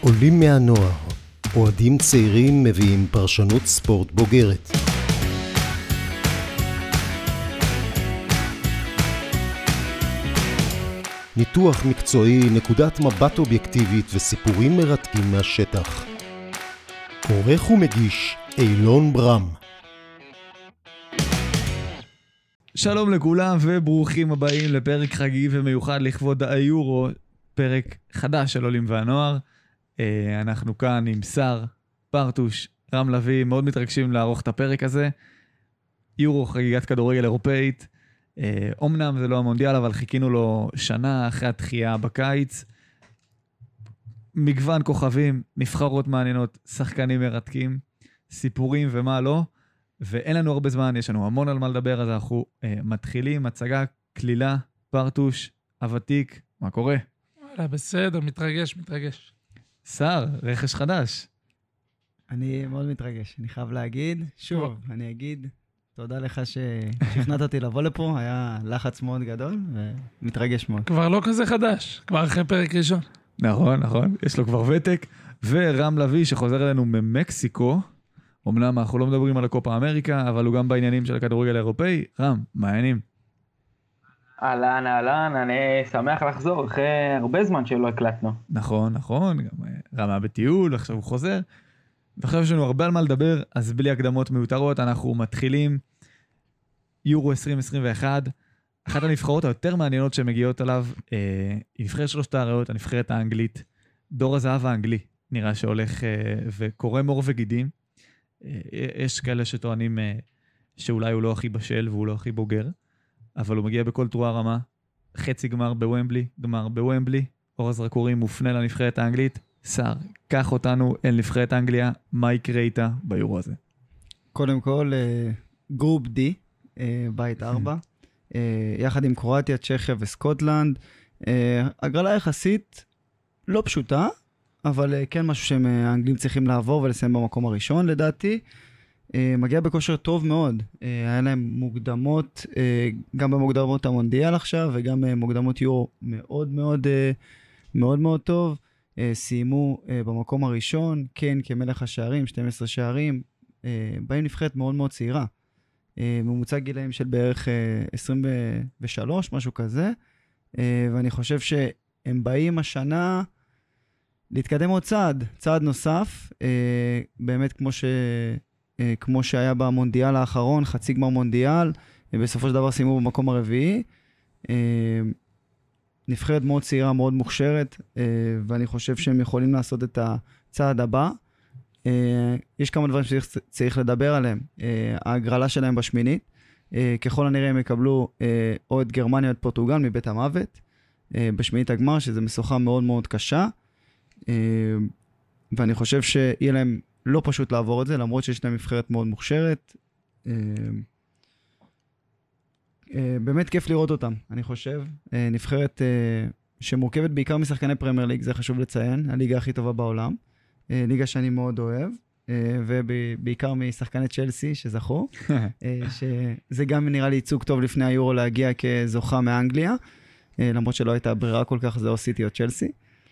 עולים מהנוער, אוהדים צעירים מביאים פרשנות ספורט בוגרת. ניתוח מקצועי, נקודת מבט אובייקטיבית וסיפורים מרתקים מהשטח. עורך ומגיש אילון ברם. שלום לכולם וברוכים הבאים לפרק חגיגי ומיוחד לכבוד היורו, פרק חדש של עולים והנוער. אנחנו כאן עם שר, פרטוש, רם לוי, מאוד מתרגשים לערוך את הפרק הזה. יורו, חגיגת כדורגל אירופאית. אומנם זה לא המונדיאל, אבל חיכינו לו שנה אחרי התחייה בקיץ. מגוון כוכבים, נבחרות מעניינות, שחקנים מרתקים, סיפורים ומה לא. ואין לנו הרבה זמן, יש לנו המון על מה לדבר, אז אנחנו מתחילים, הצגה, כלילה, פרטוש, הוותיק, מה קורה? בסדר, מתרגש. שר, רכש חדש. אני מאוד מתרגש, אני חייב להגיד, שוב, אני אגיד, תודה לך ששכנעת אותי לבוא לפה, היה לחץ מאוד גדול ומתרגש מאוד. כבר לא כזה חדש, כבר אחרי פרק ראשון. נכון, יש לו כבר ותק, ורם לוי שחוזר אלינו ממקסיקו, אמנם אנחנו לא מדברים על הקופה אמריקה, אבל הוא גם בעניינים של הכדורגל האירופאי. רם, מה העניינים? אהלן, אני שמח לחזור אחרי הרבה זמן שלא הקלטנו. נכון, גם רם היה בטיול, עכשיו הוא חוזר, ועכשיו יש לנו הרבה על מה לדבר, אז בלי הקדמות מיותרות, אנחנו מתחילים יורו 2021, אחת הנבחרות היותר מעניינות שמגיעות עליו, היא נבחרת שלושת האריות, הנבחרת האנגלית, דור הזהב האנגלי, נראה שהולך וקורא מור וגידים, יש כאלה שטוענים שאולי הוא לא הכי בשל והוא לא הכי בוגר, אבל הוא מגיע בכל תרועה רמה, חצי גמר בוומבלי, גמר בוומבלי, אור הזרקורים מופנה לנבחרת האנגלית. שר, קח אותנו אל נבחרת אנגליה, מה יקרה איתה ביורו הזה? קודם כל, גרופ D, בית 4, יחד עם קרואטיה, צ'כיה וסקוטלנד, הגרלה יחסית לא פשוטה, אבל כן משהו שהם האנגלים צריכים לעבור ולסיים במקום הראשון לדעתי. מגיע בכושר טוב מאוד, היה להם מוקדמות, גם במוקדמות המונדיאל עכשיו וגם מוקדמות יורו מאוד טוב. סיימו במקום הראשון, כן כמלך השערים, 12 שערים, באים נבחרת מאוד מאוד צעירה. ממוצע גילאים של בערך 23, משהו כזה, ואני חושב שהם באים השנה להתקדם עוד צעד נוסף, באמת כמו שהיה במונדיאל האחרון, חצי גמר מונדיאל, בסופו של דבר סיימו במקום הרביעי, נבחרת מאוד צעירה, מאוד מוכשרת, ואני חושב שהם יכולים לעשות את הצעד הבא. יש כמה דברים שצריך לדבר עליהם, ההגרלה שלהם בשמינית, ככל הנראה הם יקבלו או את גרמניה או את פורטוגל מבית המוות, בשמינית הגמר, שזה משוכה מאוד מאוד קשה, ואני חושב שיהיה להם לא פשוט לעבור את זה, למרות שיש להם נבחרת מאוד מוכשרת. באמת כיף לראות אותם, אני חושב. נבחרת שמורכבת בעיקר משחקני פרמייר ליג, זה חשוב לציין, הליגה הכי טובה בעולם. ליגה שאני מאוד אוהב, ובעיקר משחקני צ'לסי שזכו, שזה גם נראה לי ייצוג טוב לפני היורו להגיע כזוכה מאנגליה, למרות שלא הייתה ברירה כל כך, זה או סיטי או צ'לסי.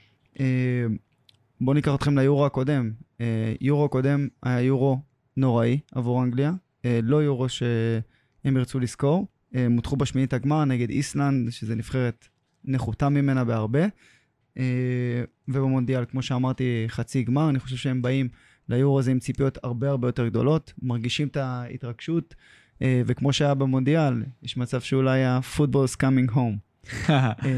בואו ניקח אתכם ליורו הקודם. יורו הקודם היה יורו נוראי עבור אנגליה, לא יורו שהם ירצו לזכור. מותחו בשמינית הגמר נגד איסלנד, שזה נבחרת נחותה ממנה בהרבה. ובמונדיאל, כמו שאמרתי, חצי גמר. אני חושב שהם באים ליורו הזה עם ציפיות הרבה יותר גדולות, מרגישים את ההתרגשות, וכמו שהיה במונדיאל, יש מצב שאולי ה-football's coming home.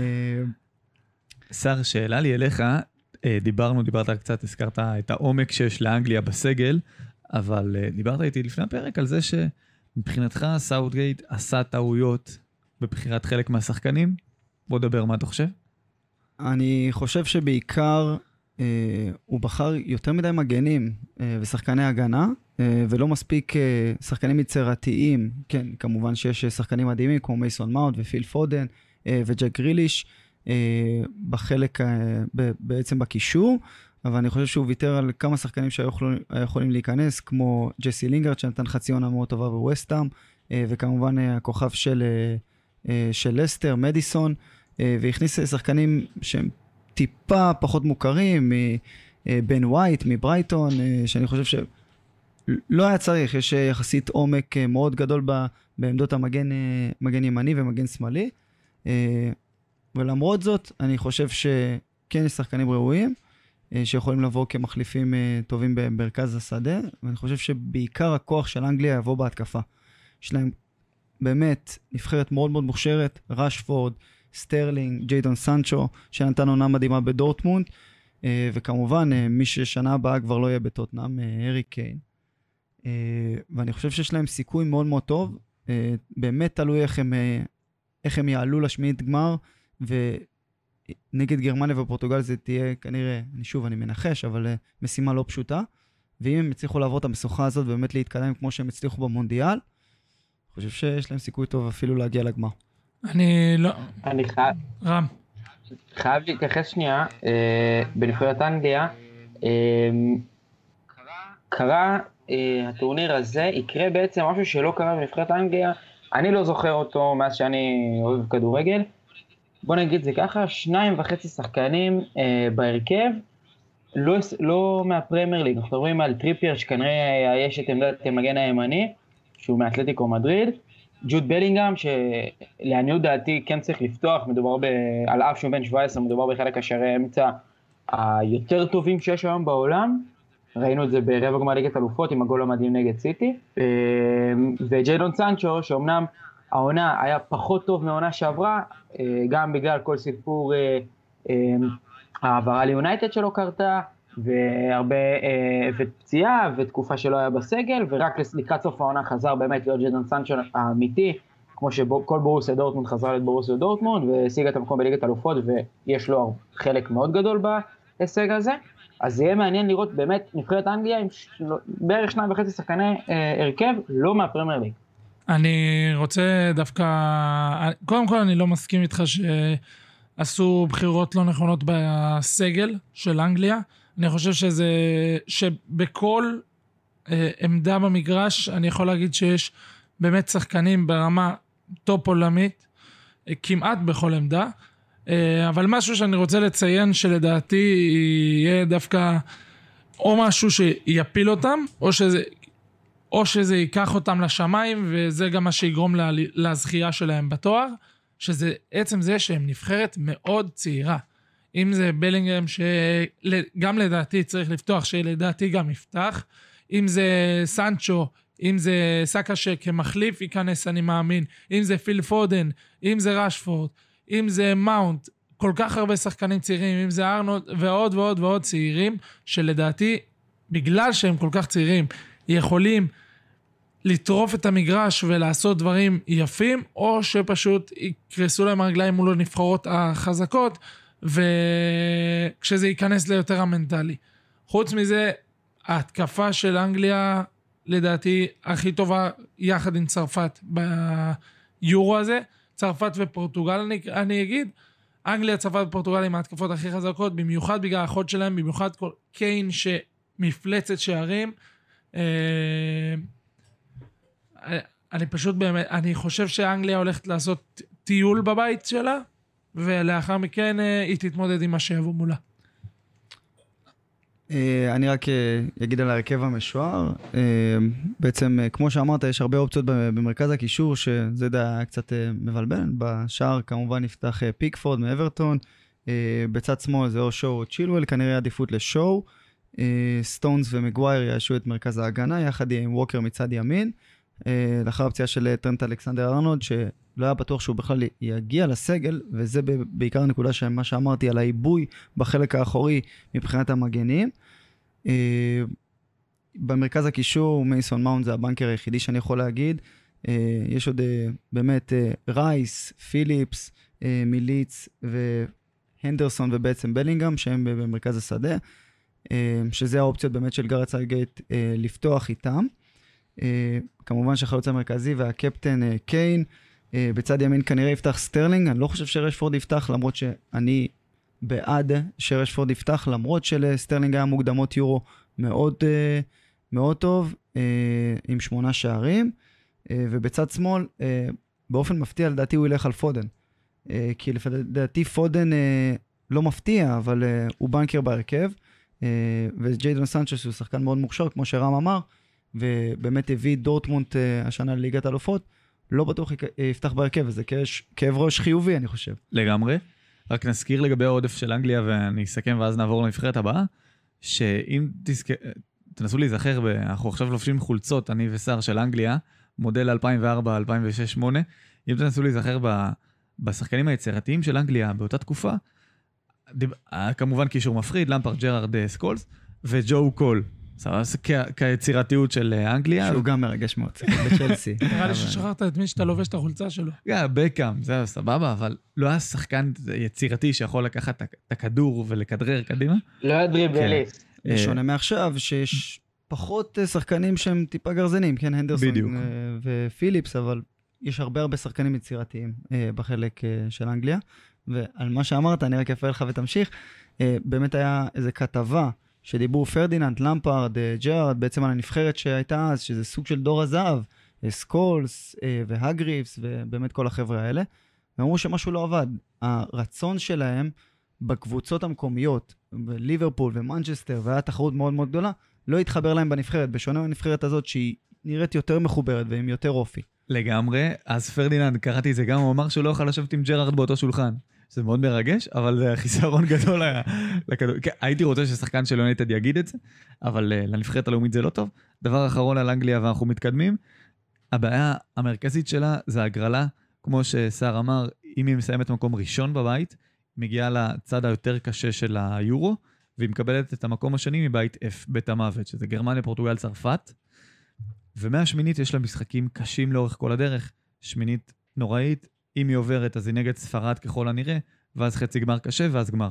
שר, שאלה לי אליך, דיברת קצת, הזכרת את העומק שיש לאנגליה בסגל, אבל דיברת איתי לפני הפרק על זה שמבחינתך סאוטגייט עשה טעויות בבחירת חלק מהשחקנים. בוא דבר, מה אתה חושב? אני חושב שבעיקר הוא בחר יותר מדי מגנים ושחקני הגנה, ולא מספיק שחקנים יצירתיים. כן, כמובן שיש שחקנים מדהימים כמו מייסון מאונט ופיל פודן וג'ק גריליש, בחלק, בעצם בקישור, אבל אני חושב שהוא ויתר על כמה שחקנים שיכולים להיכנס, כמו ג'סי לינגרד, שנתן חצי עונה מאוד טובה בווסטהאם, וכמובן הכוכב של לסטר, מדיסון, והכניס שחקנים שהם טיפה פחות מוכרים, בן ווייט מברייטון, שאני חושב שלא היה צריך, יש יחסית עומק מאוד גדול בעמדות מגן ימני ומגן שמאלי, ולמרות זאת, אני חושב שכן יש שחקנים ראויים, שיכולים לבוא כמחליפים טובים במרכז השדה, ואני חושב שבעיקר הכוח של אנגליה יבוא בהתקפה. יש להם באמת נבחרת מאוד מאוד מוכשרת, רשפורד, סטרלינג, ג'יידון סנצ'ו, שנתן עונה מדהימה בדורטמונד, וכמובן מי ששנה הבאה כבר לא יהיה בטוטנהאם, הארי קיין. ואני חושב שיש להם סיכוי מאוד מאוד טוב, באמת תלוי איך הם יעלו לשמינית גמר, ונגד גרמניה ופורטוגל זה תהיה כנראה, אני מנחש, אבל משימה לא פשוטה, ואם הם יצליחו לעבור את המשוכה הזאת ובאמת להתקדם כמו שהם הצליחו במונדיאל, אני חושב שיש להם סיכוי טוב אפילו להגיע לגמר. אני חייב להתייחס שנייה, בנבחרת אנגליה, קרה הטורניר הזה, יקרה בעצם משהו שלא קרה בנבחרת אנגליה, אני לא זוכר אותו מאז שאני אוהב כדורגל, בוא נגיד זה ככה, 2.5 שחקנים בהרכב, לא מהפרמייר ליג, אנחנו מדברים על טריפייר שכנראה יש את עמדת המגן הימני, שהוא מאתלטיקו מדריד, ג'וד בלינגהם שלעניות דעתי כן צריך לפתוח, מדובר על אף שהוא בן 17, מדובר בחלק השערי האמצע היותר טובים שיש היום בעולם, ראינו את זה ברבע גמר ליגת אלופות עם הגול המדהים נגד סיטי, וג'יידון סנצ'ו שאומנם העונה היה פחות טוב מהעונה שעברה, גם בגלל כל סיפור העברה ליונייטד שלו קרתה, והרבה ופציעה ותקופה שלא היה בסגל, ורק לקראת סוף העונה חזר באמת להיות ג'יידון סנצ'ו האמיתי, כמו שכל בורוסיה דורטמונד חזרה להיות בורוסיה דורטמונד, והשיג את המקום בליגת אלופות, ויש לו חלק מאוד גדול בהישג הזה. אז יהיה מעניין לראות באמת נבחרת אנגליה עם בערך 2.5 שחקני הרכב, לא מהפרמייר ליג. אני רוצה דווקא, קודם כל אני לא מסכים איתך שעשו בחירות לא נכונות בסגל של אנגליה. אני חושב שבכל עמדה במגרש, אני יכול להגיד שיש באמת שחקנים ברמה טופ עולמית, כמעט בכל עמדה, אבל משהו שאני רוצה לציין שלדעתי יהיה דווקא או משהו שיפיל אותם, או שזה ייקח אותם לשמיים, וזה גם מה שיגרום לזכייה שלהם בתואר, שזה עצם זה שהם נבחרת מאוד צעירה. אם זה בלינגהם שגם לדעתי צריך לפתוח, שלדעתי גם יפתח, אם זה סנצ'ו, אם זה סאקה שכמחליף ייכנס אני מאמין, אם זה פיל פודן, אם זה רשפורד, אם זה מאונט, כל כך הרבה שחקנים צעירים, אם זה ארנולד ועוד ועוד ועוד צעירים, שלדעתי בגלל שהם כל כך צעירים יכולים לטרוף את המגרש ולעשות דברים יפים, או שפשוט יקרסו להם הרגליים מול הנבחרות החזקות, וכשזה ייכנס ליותר המנטלי. חוץ מזה, ההתקפה של אנגליה לדעתי הכי טובה יחד עם צרפת ביורו הזה, צרפת ופורטוגל אני אגיד, אנגליה, צרפת ופורטוגל עם ההתקפות הכי חזקות, במיוחד בגלל האחות שלהם, במיוחד קיין שמפלצת שערים, אני פשוט באמת, אני חושב שאנגליה הולכת לעשות טיול בבית שלה, ולאחר מכן היא תתמודד עם מה שיבוא מולה. אני רק אגיד על הרכב המשוער, בעצם כמו שאמרת יש הרבה אופציות במרכז הקישור, שזה די קצת מבלבל, בשער כמובן נפתח פיקפורד מאברטון, בצד שמאל זה או שואו או צ'ילואל, כנראה עדיפות לשואו, סטונס ומגווייר יאשו את מרכז ההגנה, יחד עם ווקר מצד ימין, לאחר הפציעה של טרנט אלכסנדר ארנולד, שלא היה בטוח שהוא בכלל יגיע לסגל, וזה בעיקר הנקודה של מה שאמרתי על העיבוי בחלק האחורי מבחינת המגנים. במרכז הקישור, מייסון מאונט זה הבנקר היחידי שאני יכול להגיד. יש עוד באמת רייס, פיליפס, מיליץ והנדרסון ובעצם בלינגהם, שהם במרכז השדה, שזה האופציות באמת של גארת סאוטגייט לפתוח איתם. כמובן שהחלוץ המרכזי והקפטן קיין, בצד ימין כנראה יפתח סטרלינג, אני לא חושב שרשפורד יפתח, למרות שאני בעד שרשפורד יפתח, למרות שלסטרלינג היה מוקדמות יורו מאוד, מאוד טוב, עם 8 שערים, ובצד שמאל, באופן מפתיע, לדעתי הוא ילך על פודן, כי לדעתי פודן לא מפתיע, אבל הוא בנקר בהרכב, וג'יידון סנצ'ו שהוא שחקן מאוד מוכשר, כמו שרם אמר, ובאמת הביא דורטמונד השנה לליגת אלופות, לא בטוח יפתח בהרכב, וזה כאב ראש חיובי, אני חושב. לגמרי. רק נזכיר לגבי העודף של אנגליה, ואני אסכם ואז נעבור לנבחרת הבאה, שאם תנסו להיזכר, אנחנו עכשיו לובשים חולצות, אני ושר של אנגליה, מודל 2004, 2006, 2008, אם תנסו להיזכר בשחקנים היצירתיים של אנגליה באותה תקופה, כמובן קישור מפחיד, למפרד, ג'רארד, סקולס, וג'ו קול. כיצירתיות של אנגליה. שהוא גם מרגש מאוד, בצ'לסי. נראה לי ששכחת את מי שאתה לובש את החולצה שלו. בקאם, זה סבבה, אבל לא היה שחקן יצירתי שיכול לקחת את הכדור ולכדרר קדימה. לא היה דריבליסט. בשונה מעכשיו, שיש פחות שחקנים שהם טיפה גרזנים, כן, הנדרסון ופיליפס, אבל יש הרבה שחקנים יצירתיים בחלק של אנגליה. ועל מה שאמרת, אני רק אפעל לך ותמשיך, באמת היה איזו כתבה, שדיברו פרדיננד, למפרד, ג'רארד, בעצם על הנבחרת שהייתה אז, שזה סוג של דור הזהב, סקולס והגריפס, ובאמת כל החבר'ה האלה, ואמרו שמשהו לא עבד. הרצון שלהם בקבוצות המקומיות, בליברפול ומנצ'סטר, והיה תחרות מאוד מאוד גדולה, לא התחבר להם בנבחרת, בשונה מהנבחרת הזאת שהיא נראית יותר מחוברת ועם יותר אופי. לגמרי, אז פרדיננד, קראתי את זה גם, הוא אמר שהוא לא יכול לשבת עם ג'רארד באותו שולחן. זה מאוד מרגש, אבל זה חיסרון גדול לכדור. הייתי רוצה ששחקן של יונייטד יגיד את זה, אבל לנבחרת הלאומית זה לא טוב. דבר אחרון על אנגליה ואנחנו מתקדמים, הבעיה המרכזית שלה זה הגרלה, כמו ששר אמר, אם היא מסיימת מקום ראשון בבית, היא מגיעה לצד היותר קשה של היורו, והיא מקבלת את המקום השני מבית F, בית המוות, שזה גרמניה, פורטוגל, צרפת, ומהשמינית יש לה משחקים קשים לאורך כל הדרך, שמינית נוראית, אם היא עוברת, אז היא נגד ספרד ככל הנראה, ואז חצי גמר קשה, ואז גמר.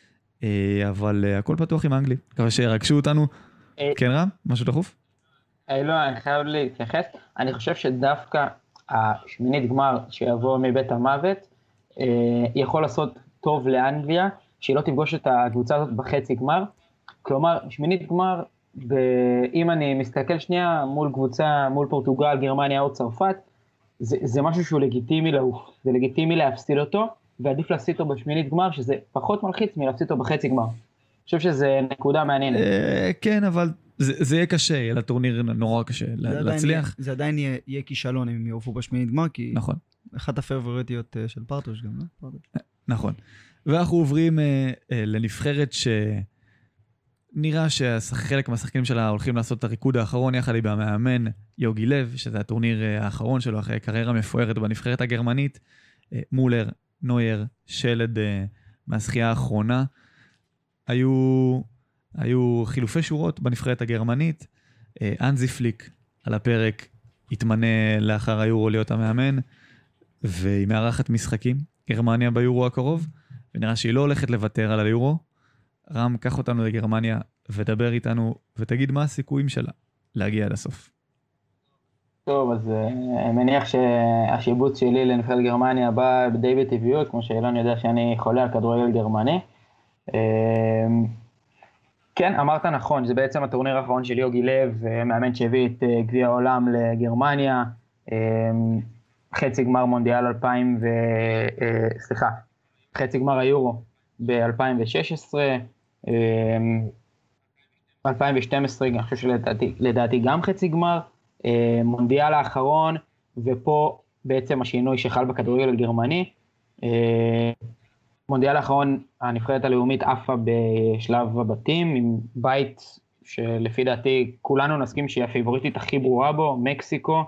אבל הכל פתוח עם אנגלי. מקווה שירגשו אותנו. כן, רם? משהו דחוף? לא, אני חייב להתייחס. אני חושב שדווקא השמינית גמר שיבוא מבית המוות, יכול לעשות טוב לאנגליה, שהיא לא תפגוש את הקבוצה הזאת בחצי גמר. כלומר, שמינית גמר, אם אני מסתכל שנייה מול קבוצה, מול פורטוגל, גרמניה או צרפת, זה משהו שהוא לגיטימי לעוף, זה לגיטימי להפסיד אותו, ועדיף להפסיד אותו בשמינית גמר, שזה פחות מלחיץ מלהפסיד אותו בחצי גמר. אני חושב שזה נקודה מעניינת. כן, אבל זה יהיה קשה, יהיה לטורניר נורא קשה להצליח. זה עדיין יהיה כישלון אם הם יעופו בשמינית גמר, כי נכון. אחת הפייבוריטיות של פרטוש גם, לא? נכון. ואנחנו עוברים לנבחרת נראה שחלק מהשחקנים שלה הולכים לעשות את הריקוד האחרון יחד עם המאמן יוגי לב, שזה הטורניר האחרון שלו אחרי קריירה מפוארת בנבחרת הגרמנית, מולר, נויר, שלד מהשחייה האחרונה. היו חילופי שורות בנבחרת הגרמנית, אנזי פליק על הפרק התמנה לאחר היורו להיות המאמן, והיא מארחת משחקים, גרמניה ביורו הקרוב, ונראה שהיא לא הולכת לוותר על היורו. רם, קח אותנו לגרמניה ודבר איתנו, ותגיד מה הסיכויים שלה להגיע עד הסוף. טוב, אז אני מניח שהשיבוץ שלי לנבחרת גרמניה בא די בטבעיות, כמו שאילון יודע שאני חולה על כדורגל גרמני. כן, אמרת נכון, זה בעצם הטורניר האחרון של יוגי לב, מאמן שהביא את גביע העולם לגרמניה, חצי גמר מונדיאל חצי גמר היורו ב-2016, 2012, אני חושב שלדעתי גם חצי גמר, מונדיאל האחרון, ופה בעצם השינוי שחל בכדורגל הגרמני. מונדיאל האחרון, הנבחרת הלאומית עפה בשלב הבתים, עם בית שלפי דעתי כולנו נסכים שהיא הפייבוריטית הכי ברורה בו, מקסיקו,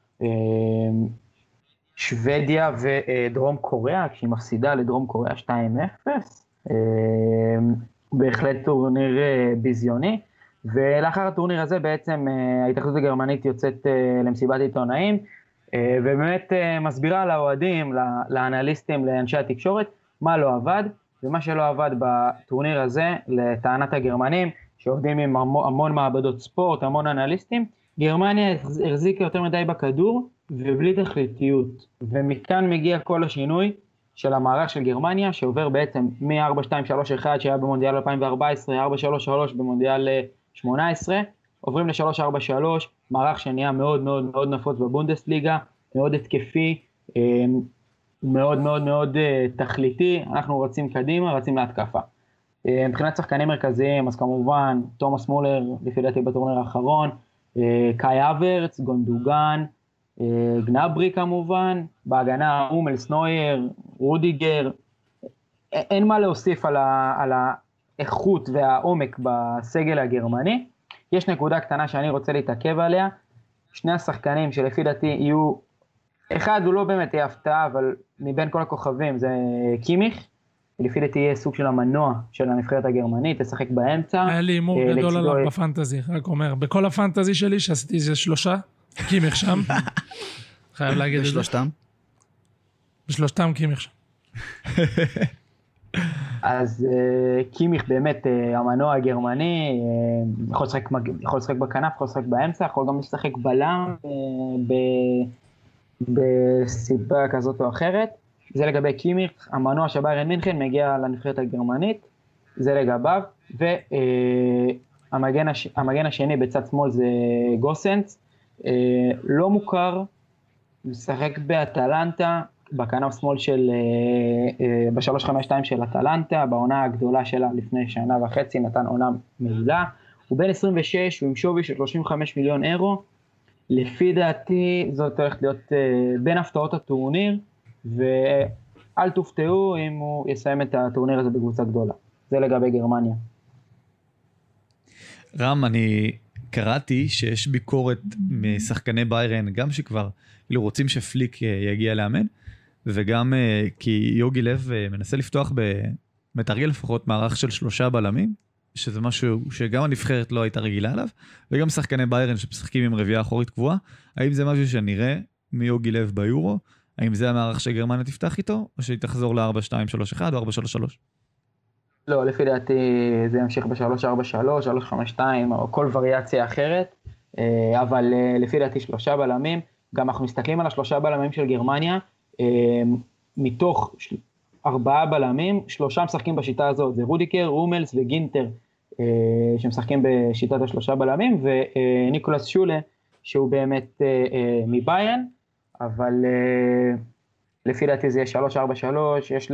שוודיה ודרום קוריאה, כשהיא מפסידה לדרום קוריאה 2-0, בהחלט טורניר ביזיוני, ולאחר הטורניר הזה בעצם ההתאחדות הגרמנית יוצאת למסיבת עיתונאים, ובאמת מסבירה לאוהדים, לאנליסטים, לאנשי התקשורת, מה לא עבד, ומה שלא עבד בטורניר הזה, לטענת הגרמנים, שעובדים עם המון מעבדות ספורט, המון אנליסטים, גרמניה החזיקה יותר מדי בכדור, ובלי תכליתיות, ומכאן מגיע כל השינוי של המערך של גרמניה, שעובר בעצם מ-4-2-3-1 שהיה במונדיאל 2014, 4-3-3 במונדיאל 18, עוברים ל-3-4-3, מערך שנהיה מאוד מאוד מאוד נפוץ בבונדסליגה, מאוד התקפי, מאוד מאוד מאוד תכליתי, אנחנו רצים קדימה, רצים להתקפה. מבחינת שחקנים מרכזיים, אז כמובן, תומאס מולר, לפי דעתי בטורניר האחרון, קאי אברץ, גונדוגן, גנברי כמובן, בהגנה הומלס, נויר, רודיגר, אין מה להוסיף על האיכות והעומק בסגל הגרמני. יש נקודה קטנה שאני רוצה להתעכב עליה, שני השחקנים שלפי דעתי יהיו, אחד הוא לא באמת יהיה הפתעה, אבל מבין כל הכוכבים זה קימיך, לפי דעתי יהיה סוג של המנוע של הנבחרת הגרמנית, תשחק באמצע. היה לי הימור גדול עליו בפנטזי, רק אומר, בכל הפנטזי שלי שעשיתי זה 3, קימיך שם, חייב להגיד את זה. בשלושתם? בשלושתם קימיך שם. אז קימיך באמת המנוע הגרמני, יכול לשחק בכנף, יכול לשחק באמצע, יכול גם לשחק בלם בסיבה כזאת או אחרת. זה לגבי קימיך, המנוע של ביירן מינכן מגיע לנבחרת הגרמנית, זה לגביו, והמגן השני בצד שמאל זה גוסנץ, לא מוכר, משחק באטלנטה, בכנף שמאל של, ב-352 של אטלנטה, בעונה הגדולה שלה לפני שנה וחצי, נתן עונה מעולה, הוא בן 26, הוא עם שווי של 35 מיליון אירו, לפי דעתי זאת הולכת להיות בין הפתעות הטורניר, ואל תופתעו אם הוא יסיים את הטורניר הזה בקבוצה גדולה. זה לגבי גרמניה. רם, אני קראתי שיש ביקורת משחקני ביירן, גם שכבר רוצים שפליק יגיע לאמן, וגם כי יוגי לב מנסה לפתוח מתרגל לפחות מערך של 3 בלמים, שזה משהו שגם הנבחרת לא הייתה רגילה עליו, וגם שחקני ביירן שמשחקים עם רביעה אחורית קבועה. האם זה משהו שנראה מיוגי לב ביורו? האם זה המערך שגרמניה תפתח איתו, או שהיא תחזור ל-4-2-3-1 או 4-3-3? לא, לפי דעתי זה ימשיך ב-3-4-3, 3-5-2, או כל וריאציה אחרת, אבל לפי דעתי 3 בלמים, גם אנחנו מסתכלים על 3 בלמים של גרמניה, מתוך 4 בלמים, 3 משחקים בשיטה הזאת, זה רודיקר, רומלס וגינטר, שמשחקים בשיטת 3 בלמים, וניקולס שולה, שהוא באמת מביירן, אבל לפי דעתי זה יהיה 3-4-3,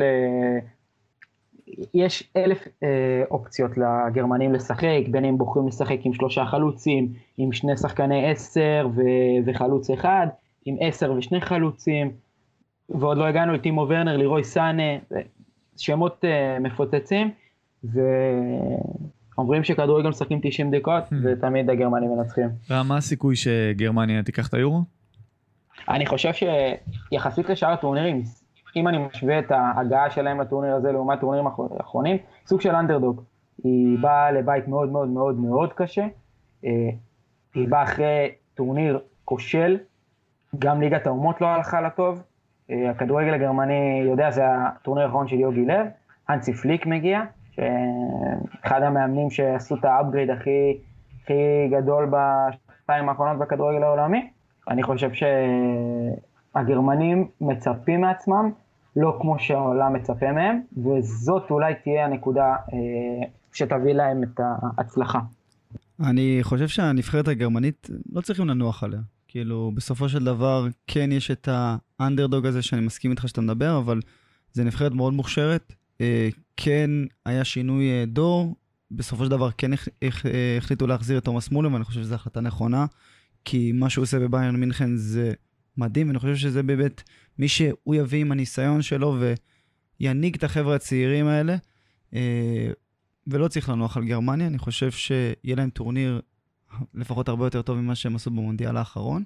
יש 1000 אופציות לגרמנים לשחק, בין אם בוחרים לשחק עם 3 חלוצים, עם 2 שחקני 10 וחלוץ אחד, עם 10 ו2 חלוצים, ועוד לא הגענו לטימו ורנר, לירוי סאנה, שמות מפוצצים, ואומרים שכדורגל משחקים 90 דקות, ותמיד הגרמנים מנצחים. מה הסיכוי שגרמניה תיקח את היורו? אני חושב שיחסית לשאר הטורנירים, אם אני משווה את ההגעה שלהם לטורניר הזה לעומת טורנירים האחרונים, סוג של אנדרדוג. היא באה לבית מאוד מאוד מאוד מאוד קשה, היא באה אחרי טורניר כושל, גם ליגת האומות לא הלכה לטוב, הכדורגל הגרמני יודע, זה הטורניר האחרון של יוגי לב, הנסי פליק מגיע, שאחד המאמנים שעשו את האפגריד הכי גדול בשנתיים האחרונות בכדורגל העולמי, אני חושב שהגרמנים מצפים מעצמם, לא כמו שהעולם מצפה מהם, וזאת אולי תהיה הנקודה שתביא להם את ההצלחה. אני חושב שהנבחרת הגרמנית לא צריכים לנוח עליה. כאילו, בסופו של דבר, כן יש את האנדרדוג הזה שאני מסכים איתך שאתה מדבר, אבל זה נבחרת מאוד מוכשרת. כן היה שינוי דור, בסופו של דבר כן החליטו להחזיר את תומאס מולר, ואני חושב שזו החלטה נכונה, כי מה שהוא עושה בביירן מינכן זה מדהים, ואני חושב שזה באמת מי שהוא יביא עם הניסיון שלו וינהיג את החבר'ה הצעירים האלה, ולא צריך לנוח על גרמניה. אני חושב שיהיה להם טורניר לפחות הרבה יותר טוב ממה שהם עשו במונדיאל האחרון,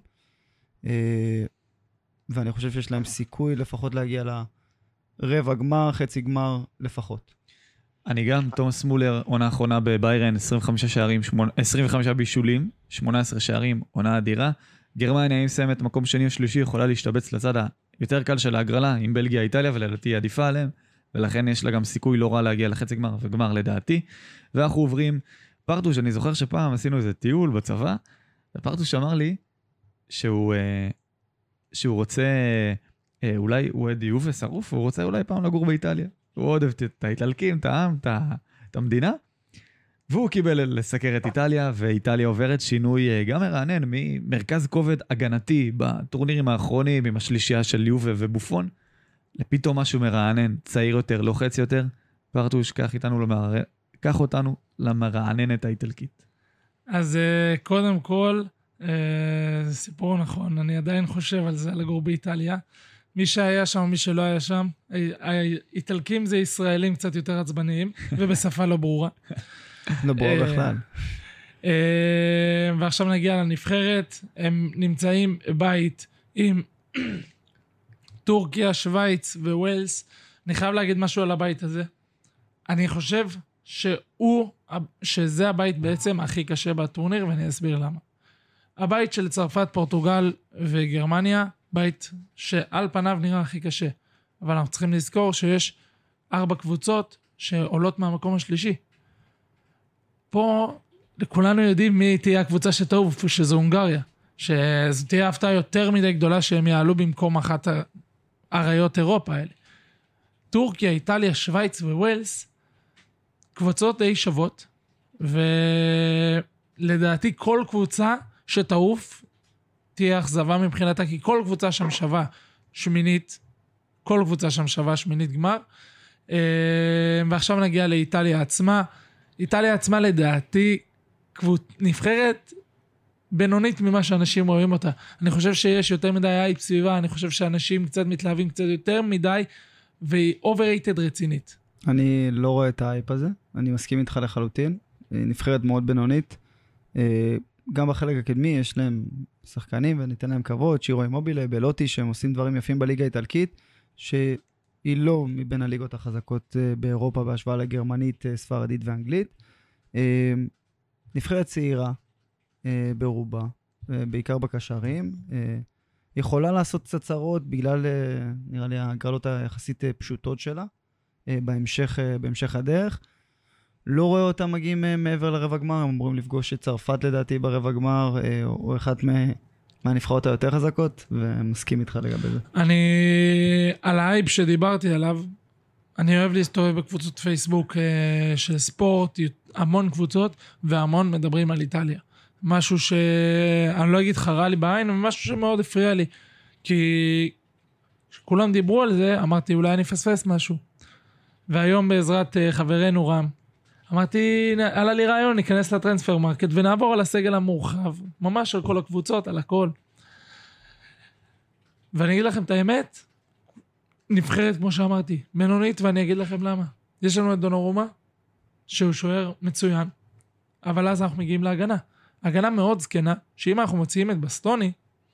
ואני חושב שיש להם סיכוי לפחות להגיע לרבע גמר, חצי גמר לפחות. אני גם, תומאס מולר, עונה האחרונה בביירן, 25 שערים, 25 בישולים, 18 שערים, עונה אדירה. גרמניה, אם מסיימת מקום שני או שלישי, יכולה להשתבץ לצד היותר קל של ההגרלה, עם בלגיה, איטליה, ולדעתי היא עדיפה עליהם, ולכן יש לה גם סיכוי לא רע להגיע לחצי גמר וגמר לדעתי. ואנחנו עוברים, פרטוש, אני זוכר שפעם עשינו איזה טיול בצבא, ופרטוש אמר לי שהוא רוצה, אולי הוא אוהד יובה שרוף, הוא רוצה אולי פעם לגור באיטליה. הוא אוהב את האיטלקים, את העם, את המדינה, והוא קיבל לסקר את איטליה, ואיטליה עוברת שינוי גם מרענן, ממרכז כובד הגנתי בטורנירים האחרונים, עם השלישייה של יובה ובופון, לפתאום משהו מרענן, צעיר יותר, לוחץ יותר. פרטוש, כך איתנו קח אותנו למרעננת האיטלקית. אז קודם כל, זה סיפור נכון, אני עדיין חושב על זה, לגור באיטליה. מי שהיה שם, מי שלא היה שם, האיטלקים זה ישראלים קצת יותר עצבניים, ובשפה לא ברורה. לא ברור בכלל. ועכשיו נגיע לנבחרת, הם נמצאים בבית עם טורקיה, שוויץ וווילס. אני חייב להגיד משהו על הבית הזה. אני חושב שזה הבית בעצם הכי קשה בטורניר, ואני אסביר למה. הבית של צרפת, פורטוגל וגרמניה, בית שעל פניו נראה הכי קשה. אבל אנחנו צריכים לזכור שיש 4 קבוצות שעולות מהמקום השלישי. פה כולנו יודעים מי תהיה הקבוצה שתעוף, שזו הונגריה. שזו תהיה הפתעה יותר מדי גדולה שהם יעלו במקום אחת האריות אירופה האלה. טורקיה, איטליה, שוויץ וווילס, קבוצות די שוות, ולדעתי כל קבוצה שתעוף תהיה אכזבה מבחינתה, כי כל קבוצה שם שווה שמינית, כל קבוצה שם שווה שמינית גמר. ועכשיו נגיע לאיטליה עצמה. איטליה עצמה לדעתי נבחרת בינונית ממה שאנשים רואים אותה. אני חושב שיש יותר מדי אייפ סביבה, אני חושב שאנשים קצת מתלהבים קצת יותר מדי, והיא overrated רצינית. אני לא רואה את האייפ הזה, אני מסכים איתך לחלוטין. נבחרת מאוד בינונית. גם בחלק הקדמי יש להם שחקנים וניתן להם כבוד, שירו אימובילה, בלוטי, שהם עושים דברים יפים בליגה האיטלקית, שהיא לא מבין הליגות החזקות באירופה בהשוואה לגרמנית, ספרדית ואנגלית. נבחרת צעירה ברובה, בעיקר בקשרים. יכולה לעשות קצת צרות בגלל, נראה לי, הגרלות היחסית פשוטות שלה, בהמשך הדרך. לא רואה אותם מגיעים מעבר לרבע גמר, הם אמורים לפגוש את צרפת לדעתי ברבע גמר, או אחת מהנבחרות היותר חזקות, ומסכים איתך לגבי זה. על האייפ שדיברתי עליו, אני אוהב להסתובב בקבוצות פייסבוק של ספורט, המון קבוצות, והמון מדברים על איטליה. משהו שאני לא אגיד חרה לי בעין, אבל משהו שמאוד הפריע לי. כי כולם דיברו על זה, אמרתי אולי אני פספס משהו. והיום בעזרת חברנו רם, אמרתי, עלה לי רעיון, ניכנס לטרנספר מרקט ונעבור על הסגל המורחב, ממש על כל הקבוצות, על הכל. ואני אגיד לכם את האמת, נבחרת כמו שאמרתי, בינונית, ואני אגיד לכם למה. יש לנו את דונורומה, שהוא שוער מצוין, אבל אז אנחנו מגיעים להגנה. הגנה מאוד זקנה, שאם אנחנו מוציאים את בסטוני,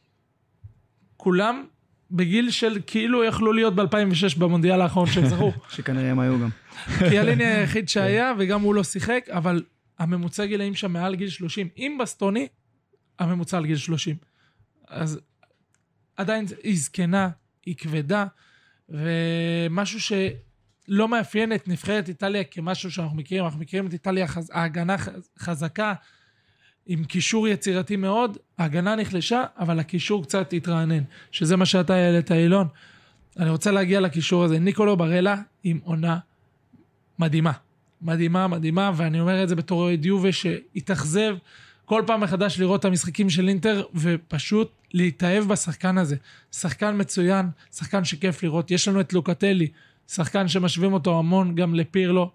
כולם בגיל של כאילו יכלו להיות ב-2006 במונדיאל האחרון שהם זכו. שכנראה הם היו גם. כי הליני היחיד שהיה, וגם הוא לא שיחק, אבל הממוצע גילאים שם מעל גיל 30. אם בסטוני, הממוצע על גיל 30. אז עדיין היא זקנה, היא כבדה, ומשהו שלא מאפיין את נבחרת איטליה כמשהו שאנחנו מכירים. אנחנו מכירים את איטליה, ההגנה חזקה, עם קישור יצירתי מאוד, ההגנה נחלשה, אבל הקישור קצת התרענן, שזה מה שאתה העלית אילון. אני רוצה להגיע לקישור הזה, ניקולו ברלה עם עונה מדהימה, מדהימה, מדהימה, ואני אומר את זה בתור אוהד יובה שהתאכזב כל פעם מחדש לראות את המשחקים של אינטר, ופשוט להתאהב בשחקן הזה. שחקן מצוין, שחקן שכיף לראות. יש לנו את לוקטלי, שחקן שמשווים אותו המון גם לפירלו,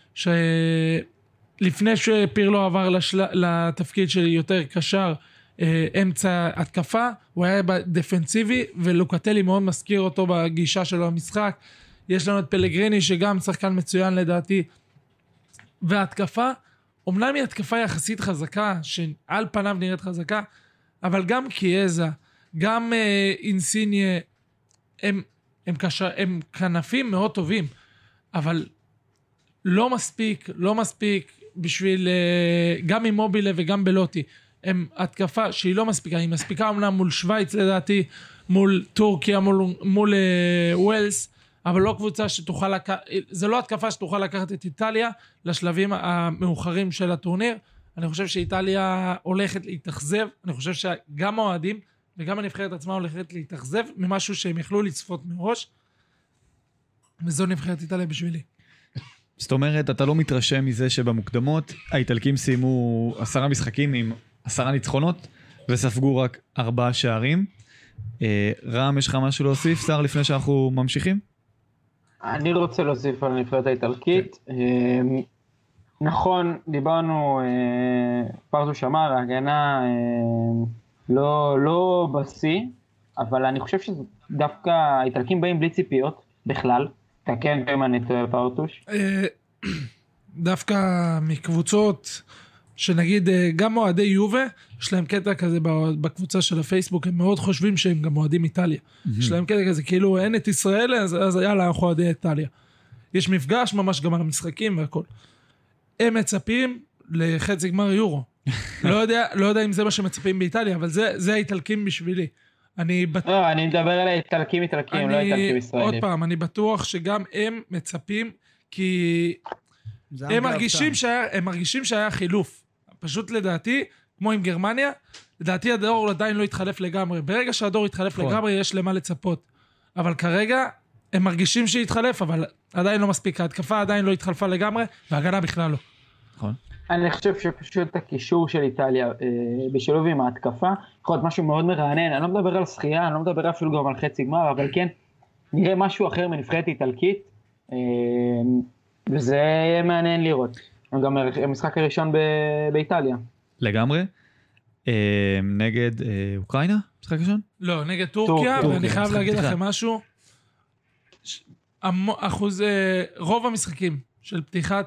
לפני שפירלו עבר לתפקיד של יותר קשר, אמצע התקפה, הוא היה דפנסיבי, ולוקטלי מאוד מזכיר אותו בגישה שלו המשחק. יש לנו את פלגריני שגם שחקן מצוין לדעתי, והתקפה, אומנם היא התקפה יחסית חזקה, שעל פניו נראית חזקה, אבל גם קיאזה, גם אינסיניה, הם כנפים מאוד טובים, אבל לא מספיק בשביל, גם עם מובילה וגם בלוטי, הם התקפה שהיא לא מספיקה, היא מספיקה אמנם מול שוויץ לדעתי, מול טורקיה, מול ווילס, אבל לא קבוצה שתוכל זה לא התקפה שתוכל לקחת את איטליה לשלבים המאוחרים של הטורניר. אני חושב שאיטליה הולכת להתאכזב, אני חושב שגם האוהדים וגם הנבחרת עצמה הולכת להתאכזב ממשהו שהם יכלו לצפות מראש, וזו נבחרת איטליה בשבילי. זאת אומרת, אתה לא מתרשם מזה שבמוקדמות האיטלקים סיימו 10 משחקים עם 10 ניצחונות וספגו רק 4 שערים. רם, יש לך משהו להוסיף, שר, לפני שאנחנו ממשיכים? אני רוצה להוסיף על הנבחרת האיטלקית. נכון, דיברנו, פרדו שמר, ההגנה לא בשיא, אבל אני חושב שדווקא האיטלקים באים בלי ציפיות, בכלל. תקן אם אני טועה פרטוש. דווקא מקבוצות שנגיד גם אוהדי יובה, יש להם קטע כזה בקבוצה של הפייסבוק, הם מאוד חושבים שהם גם אוהדים איטליה. יש להם קטע כזה, כאילו אין את ישראל, אז יאללה, אנחנו אוהדי איטליה. יש מפגש ממש גם על המשחקים והכל. הם מצפים לחצי גמר יורו. לא יודע אם זה מה שמצפים באיטליה, אבל זה האיטלקים בשבילי. אני מדבר על האיטלקים, לא איטלקים ישראלים. עוד פעם, אני בטוח שגם הם מצפים, כי הם מרגישים שהיה חילוף. פשוט לדעתי, כמו עם גרמניה, לדעתי הדור עדיין לא התחלף לגמרי. ברגע שהדור התחלף לגמרי, יש למה לצפות. אבל כרגע, הם מרגישים שהתחלף, אבל עדיין לא מספיק. ההתקפה עדיין לא התחלפה לגמרי, וההגנה בכלל לא. נכון. אני חושב שפשוט הקישור של איטליה בשילוב עם ההתקפה, יכול להיות משהו מאוד מרענן. אני לא מדבר על שחייה, אני לא מדבר אפילו גם על חצי גמר, אבל כן, נראה משהו אחר מנבחרת איטלקית, וזה יהיה מעניין לראות. גם המשחק הראשון באיטליה. לגמרי. נגד אוקראינה? משחק ראשון? לא, נגד טורקיה, ואני חייב להגיד לכם משהו. רוב המשחקים של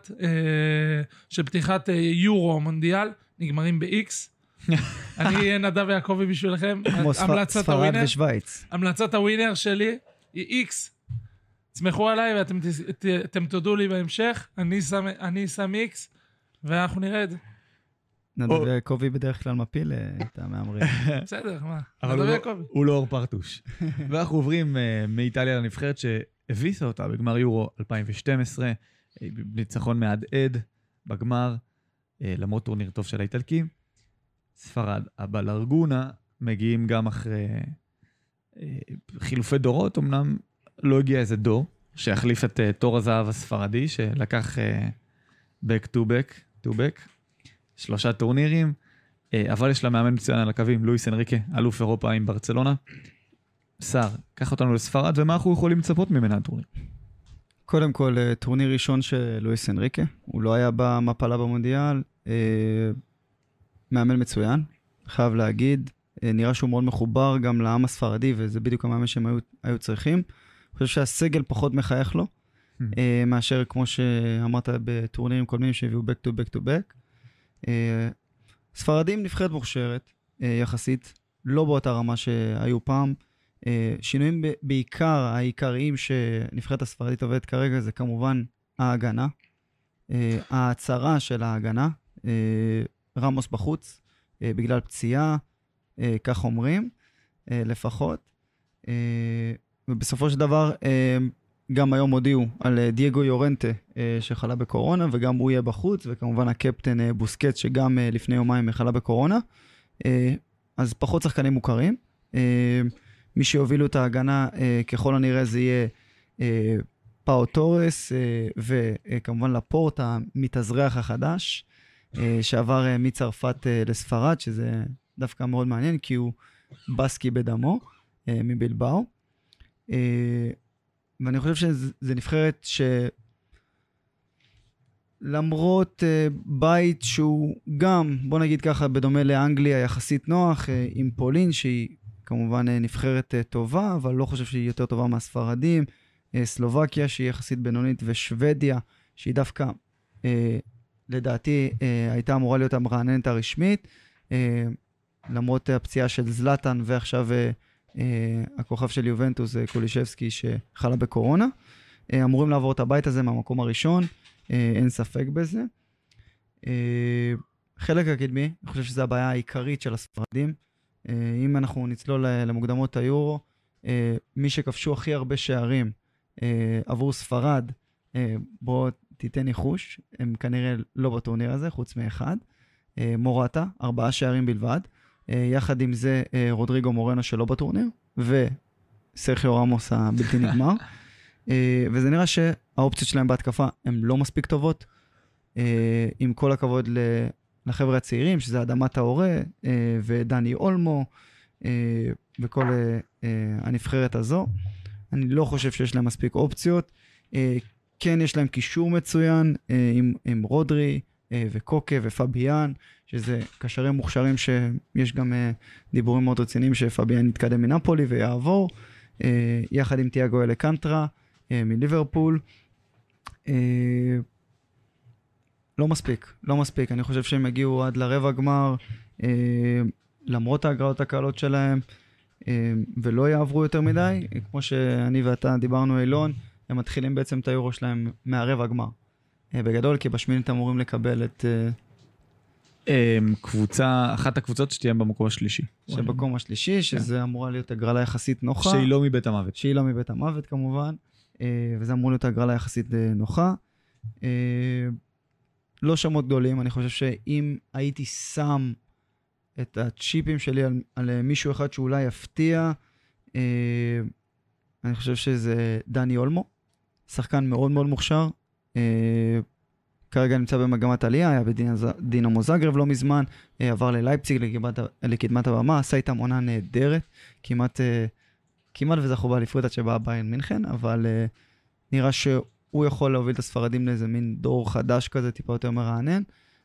פתיחת יורו מונדיאל נגמרים ב-X. אני נדב יעקבי בשבילכם. כמו ספרד ושוויץ. המלצת הווינר שלי היא X. תסמכו עליי ואתם תודו לי בהמשך. אני שם X ואנחנו נראה את זה. נדב יעקבי בדרך כלל מפיל את המאמרים. בסדר, מה? אבל הוא לא אור פרטוש. ואנחנו עוברים מאיטליה לנבחרת שהביסה אותה בגמר יורו 2012, ניצחון מהדהד בגמר, למרות טורניר טוב של האיטלקים. ספרד, הבלרגונה, מגיעים גם אחרי חילופי דורות, אמנם לא הגיע איזה דור, שהחליף את תור הזהב הספרדי, שלקח back to back, 3 טורנירים, אבל יש לה מאמן מצוין על הקווים, לואיס אנריקה, אלוף אירופה עם ברצלונה. שר, קח אותנו לספרד, ומה אנחנו יכולים לצפות ממנה הטורניר? קודם כל, טורניר ראשון של לואיס אנריקה, הוא לא היה במפלה במונדיאל, מאמן מצוין, חייב להגיד, נראה שהוא מאוד מחובר גם לעם הספרדי, וזה בדיוק המאמן שהם היו צריכים. אני חושב שהסגל פחות מחייך לו, מאשר כמו שאמרת בטורנירים קודמים שהביאו back to back. ספרדים נבחרת מוכשרת, יחסית, לא באותה רמה שהיו פעם. שינויים בעיקר, העיקריים שנבחרת הספרדית עובדת כרגע, זה כמובן ההגנה, ההצהרה של ההגנה, רמוס בחוץ, בגלל פציעה, כך אומרים, לפחות. ובסופו של דבר, גם היום הודיעו על דייגו יורנטה, שחלה בקורונה, וגם הוא יהיה בחוץ, וכמובן הקפטן בוסקט, שגם לפני יומיים חלה בקורונה. אז פחות שחקנים מוכרים. מי שהובילו את ההגנה, ככל הנראה זה יהיה פאו טורס, וכמובן לפורט, המתאזרח החדש, שעבר מצרפת לספרד, שזה דווקא מאוד מעניין, כי הוא בסקי בדמו, מבלבאו. ואני חושב שזה נבחרת שלמרות בית שהוא גם, בוא נגיד ככה, בדומה לאנגליה יחסית נוח, עם פולין, שהיא כמובן נבחרת טובה, אבל לא חושב שהיא יותר טובה מהספרדים, סלובקיה שהיא יחסית בינונית, ושוודיה שהיא דווקא, לדעתי, הייתה אמורה להיות המרעננת הרשמית, למרות הפציעה של זלטן, ועכשיו הכוכב של יובנטוס, קולישבסקי, שחלה בקורונה. אמורים לעבור את הבית הזה מהמקום הראשון, אין ספק בזה. חלק הקדמי, אני חושב שזו הבעיה העיקרית של הספרדים. אם אנחנו נצלול למוקדמות היורו, מי שכבשו הכי הרבה שערים עבור ספרד, בוא תיתן ניחוש, הם כנראה לא בטורניר הזה, חוץ מאחד. מורטה, 4 שערים בלבד. יחד עם זה רודריגו מורנו שלא בטורניר, וסרחיו רמוס הבלתי נגמר. וזה נראה שהאופציות שלהם בהתקפה הן לא מספיק טובות. עם כל הכבוד לחבר'ה הצעירים, שזה אדמת ההורה, ודני אולמו, וכל הנבחרת הזו. אני לא חושב שיש להם מספיק אופציות. כן יש להם קישור מצוין עם רודרי וקוקה ופביאן, שזה קשרים מוכשרים שיש גם דיבורים מאוד רציניים שפביאן יתקדם מנפולי ויעבור, יחד עם תיאגו אלקנטרה מליברפול. לא מספיק, אני חושב שהם הגיעו עד לרבע גמר, למרות ההגרלות הקלות שלהם, ולא יעברו יותר מדי, כמו שאני ואתה דיברנו אילון, הם מתחילים בעצם את היורו שלהם מהרבע גמר. בגדול, כי בשמינית אמורים לקבל את... אחת הקבוצות שתהיה במקום השלישי. שבמקום השלישי, שזה אמורה להיות הגרלה יחסית נוחה. שהיא לא מבית המוות. שהיא לא מבית המוות כמובן, וזה אמור להיות הגרלה יחסית נוחה. לא שמות גדולים, אני חושב שאם הייתי שם את הצ'יפים שלי על מישהו אחד שאולי יפתיע, אני חושב שזה דני אולמו, שחקן מאוד מאוד מוכשר, כרגע נמצא במגמת עלייה, היה בדינמו זאגרב לא מזמן, עבר ללייפציג לקדמת הבמה, עשה איתם עונה נהדרת, כמעט וזכו באליפות עד שבאה ביירן מינכן, אבל נראה שהוא יכול להוביל את הספרדים לאיזה מין דור חדש כזה, טיפה יותר מרענן,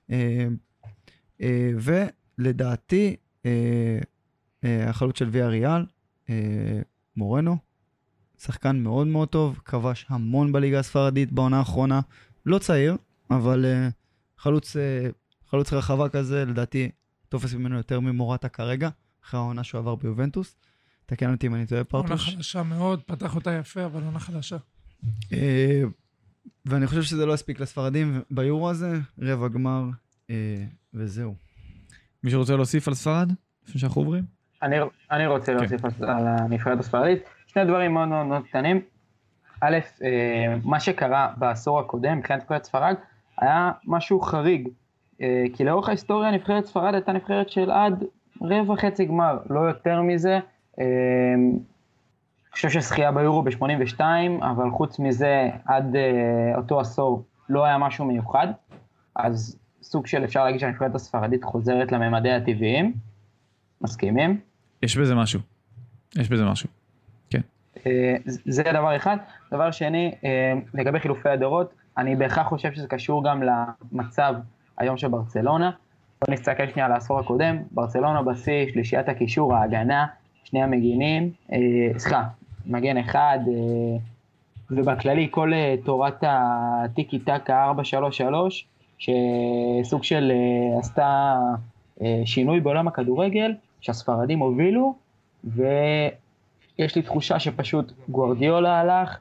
ולדעתי, החלוץ של ויה ריאל, מורנו, שחקן מאוד מאוד טוב, כבש המון בליגה הספרדית בעונה האחרונה, לא צעיר, אבל חלוץ רחבה כזה, לדעתי תופס ממנו יותר ממורטה כרגע, אחרי העונה שהוא עבר ביובנטוס. תקן אותי אם אני טועה פרטוש. עונה חלשה מאוד, פתח אותה יפה, אבל עונה חלשה. ואני חושב שזה לא הספיק לספרדים ביורו הזה, רבע גמר, וזהו. מי שרוצה להוסיף על ספרד, לפני שאנחנו עוברים? אני רוצה להוסיף על הנבחרת הספרדית. שני דברים מאוד מאוד מאוד קטנים. א', מה שקרה בעשור הקודם, מבחינת נבחרת ספרד, היה משהו חריג. כי לאורך ההיסטוריה, נבחרת ספרד הייתה נבחרת של עד רבע חצי גמר, לא יותר מזה. אני חושב שזכייה ביורו ב-82, אבל חוץ מזה, עד אותו עשור, לא היה משהו מיוחד. אז סוג של אפשר להגיד שהנבחרת הספרדית חוזרת לממדי הטבעיים. מסכימים? יש בזה משהו. כן. זה דבר אחד. דבר שני, לגבי חילופי הדורות, אני בהכרח חושב שזה קשור גם למצב היום של ברצלונה. בוא נסתכל שנייה על העשור הקודם, ברצלונה בשיא, שלישיית הקישור, ההגנה, שני המגינים, מגן אחד, ובכללי כל תורת הטיקי טקה 433, שסוג של עשתה שינוי בעולם הכדורגל, שהספרדים הובילו, ויש לי תחושה שפשוט גוארדיולה הלך,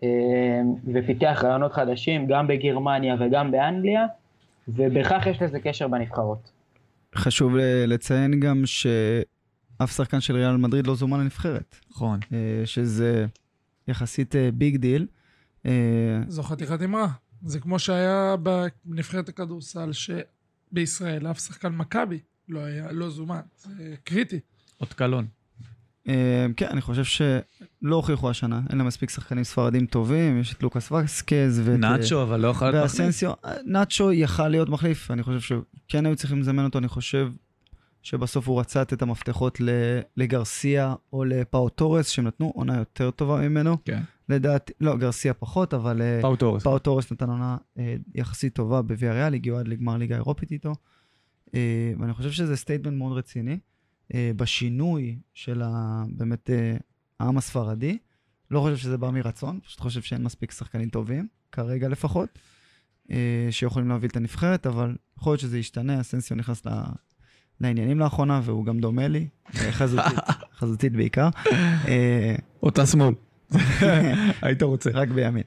ופיתח רעיונות חדשים, גם בגרמניה וגם באנגליה, ובכך יש לזה קשר בנבחרות. חשוב לציין גם שאף שחקן של ריאל מדריד לא זומן לנבחרת. נכון. שזה יחסית ביג דיל. זו חתיכת אמרה. זה כמו שהיה בנבחרת הכדורסל שבישראל, אף שחקן מכבי לא זומן. זה קריטי. עוד קלון. כן, אני חושב שלא הוכיחו השנה. אין לה מספיק שחקנים ספרדים טובים, יש את לוקאס וסקז נאצ'ו, אבל לא יכול להיות מחליף. נאצ'ו יכל להיות מחליף, אני חושב שכן היו צריכים לזמן אותו, אני חושב שבסוף הוא רצה את המפתחות לגרסיה או לפאו טורס, שהם נתנו עונה יותר טובה ממנו. כן. לדעתי, לא, גרסיה פחות, אבל פאו טורס נתן עונה יחסית טובה בוויה ריאל, הגיעו עד לגמר ליגה אירופית איתו, ואני חושב שזה סטייטמנט מאוד רציני, בשינוי של באמת העם הספרדי, לא חושב שזה בא מרצון, פשוט חושב שאין מספיק שחקנים טובים, כרגע לפחות, שיכולים להוביל את הנבחרת, אבל יכול להיות שזה ישתנה, אסנסיו נכנס לעניינים לאחרונה, והוא גם דומה לי, חזותית בעיקר. אותה שמאל. היית רוצה. רק בימין.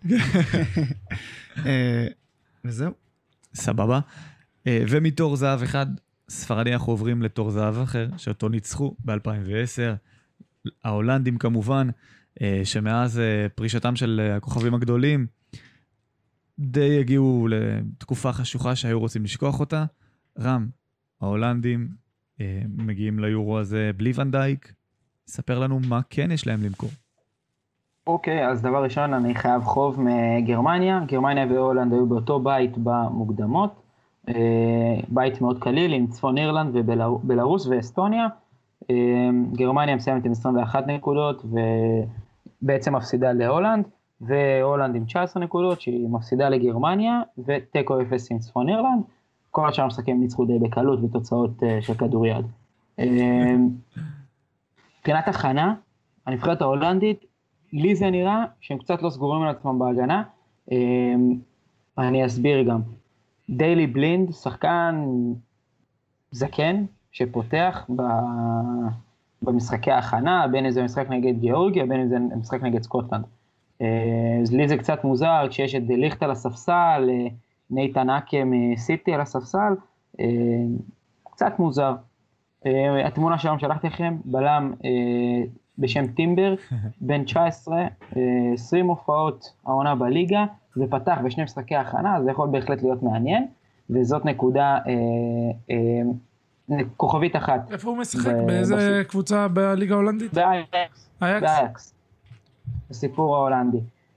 וזהו. סבבה. ומתור זהב אחד, ספרדי אנחנו עוברים לתור זהב אחר, שאותו ניצחו ב-2010, ההולנדים כמובן, שמאז פרישתם של הכוכבים הגדולים, די הגיעו לתקופה חשוכה שהיו רוצים לשכוח אותה. רם, ההולנדים מגיעים ליורו הזה בלי ונדייק, ספר לנו מה כן יש להם למכור. אוקיי, אז דבר ראשון אני חייב חוב מגרמניה, גרמניה והולנד היו באותו בית במוקדמות, בית מאוד קליל עם צפון אירלנד ובלרוס ואסטוניה, גרמניה מסיימת עם 21 נקודות ובעצם מפסידה להולנד, והולנד עם 19 נקודות, שהיא מפסידה לגרמניה, וטקו 0 עם צפון אירלנד. כל השאר משחקים ניצחו די בקלות בתוצאות של כדוריד. מבחינת הכנה, הנבחרת ההולנדית, לי זה נראה שהם קצת לא סגורים על עצמם בהגנה. אני אסביר גם. דיילי בלינד, שחקן זקן, שפותח במשחקי ההכנה, בין איזה משחק נגד גיאורגיה, בין איזה משחק נגד סקוטלנד. אז לי זה קצת מוזר, כשיש את ליכט על הספסל, נייתן אקה מסיטי על הספסל, קצת מוזר. התמונה שלנו שלחתי לכם, בלם בשם טימבר, בן 19, 20 הופעות העונה בליגה, ופתח בשני משחקי ההכנה, זה יכול בהחלט להיות מעניין, וזאת נקודה, כוכבית אחת. איפה הוא משחק? באיזה קבוצה בליגה ההולנדית? באייקס. הסיפור ההולנדי.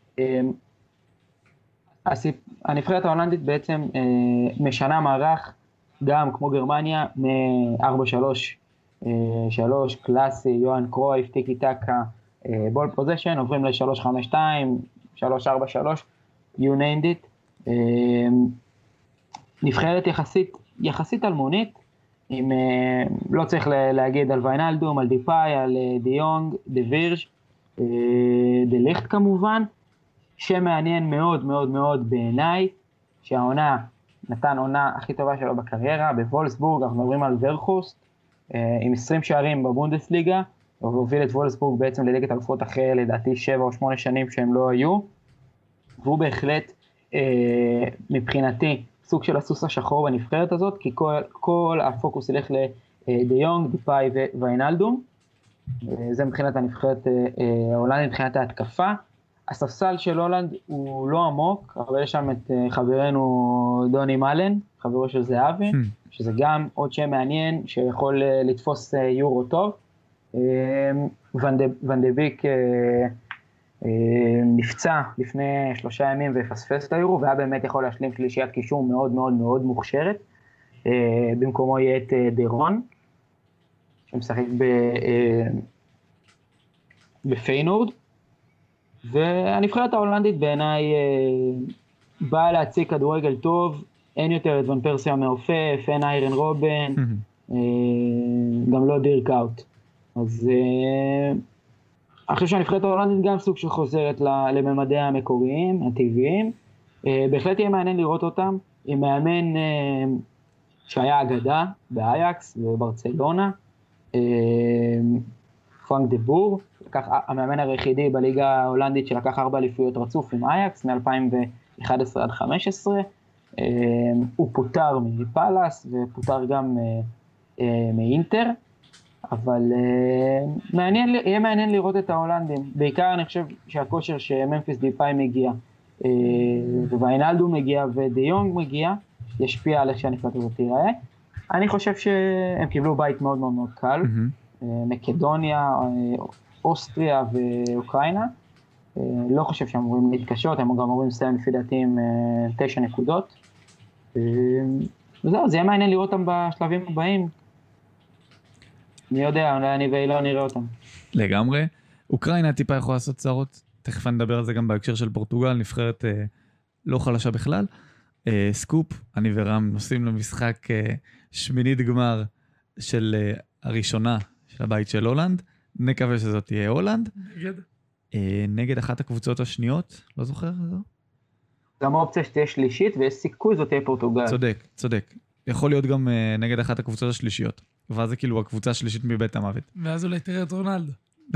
הנבחרת ההולנדית בעצם משנה מערך, גם כמו גרמניה, מ-4-3-3 קלאסי, יוהאן קרויף, טיקי טקה, בול פוזיישן, עוברים ל-3-5-2, 3-4-3, you named it. נבחרת יחסית אלמונית, עם, לא צריך להגיד על ויינלדום, על דיפאי, על דיונג, דווירג', דליכט כמובן, שמעניין מאוד מאוד מאוד בעיניי, שהעונה נתן עונה הכי טובה שלו בקריירה, בוולסבורג, אנחנו מדברים על ורחוסט, עם 20 שערים בבונדסליגה, והוביל את וולסבורג בעצם לליגת אלופות אחרי לדעתי 7 או 8 שנים שהם לא היו, והוא בהחלט מבחינתי סוג של הסוס השחור בנבחרת הזאת, כי כל הפוקוס ילך לדיונג, דיפאי וויינלדום, זה מבחינת הנבחרת ההולנדית, מבחינת ההתקפה. הספסל של הולנד הוא לא עמוק, אבל יש שם את חברנו דוני מלן, חברו של זהבי, שזה גם עוד שם מעניין שיכול לתפוס יורו טוב. ון דה ביק נפצע לפני 3 ימים ופספס את היורו, והיה באמת יכול להשלים שלישיית קישור מאוד מאוד מאוד מוכשרת. במקומו יהיה את דרון, שמשחק בפיינורד, והנבחרת ההולנדית בעיניי באה להציג כדורגל טוב, אין יותר את ון פרסי המעופף, אין איירן רובן, גם לא דירק אאוט. אז אני חושב שהנבחרת ההולנדית גם סוג שחוזרת לממדיה המקוריים, הטבעיים. בהחלט יהיה מעניין לראות אותם, עם מאמן שהיה אגדה באייקס וברצלונה, פרנק דה בור, המאמן היחידי בליגה ההולנדית שלקח 4 אליפויות רצוף עם אייקס, מ-2011 עד 2015, הוא פוטר מפלאס ופוטר גם מאינטר, אבל יהיה מעניין לראות את ההולנדים, בעיקר אני חושב שהכושר שממפיס דיפאי מגיע, וויינלדום מגיע ודיונג מגיע, ישפיע על איך שהנבחרת הזאת תיראה. אני חושב שהם קיבלו בית מאוד מאוד מאוד קל, מקדוניה, אוסטריה ואוקראינה, לא חושב שהם אמורים להתקשות, הם גם אמורים לסיים לפי דעתי עם 9 נקודות, וזהו, זה יהיה מעניין לראות אותם בשלבים הבאים, אני יודע, אני ואילו נראה אותם. לגמרי, אוקראינה טיפה יכולה לעשות צרות, תכף נדבר על זה גם בהקשר של פורטוגל, נבחרת לא חלשה בכלל, סקופ, אני ורם נוסעים למשחק שמינית גמר של הראשונה של הבית של הולנד, נקווה שזאת תהיה הולנד. נגד אחת הקבוצות השניות, לא זוכר? גם האופציה שתהיה שלישית ויש סיכוי זאת תהיה פורטוגל. צודק. יכול להיות גם נגד אחת הקבוצות השלישיות, ואז זה כאילו הקבוצה השלישית מבית המוות. ואז אולי תראה את רונלדו.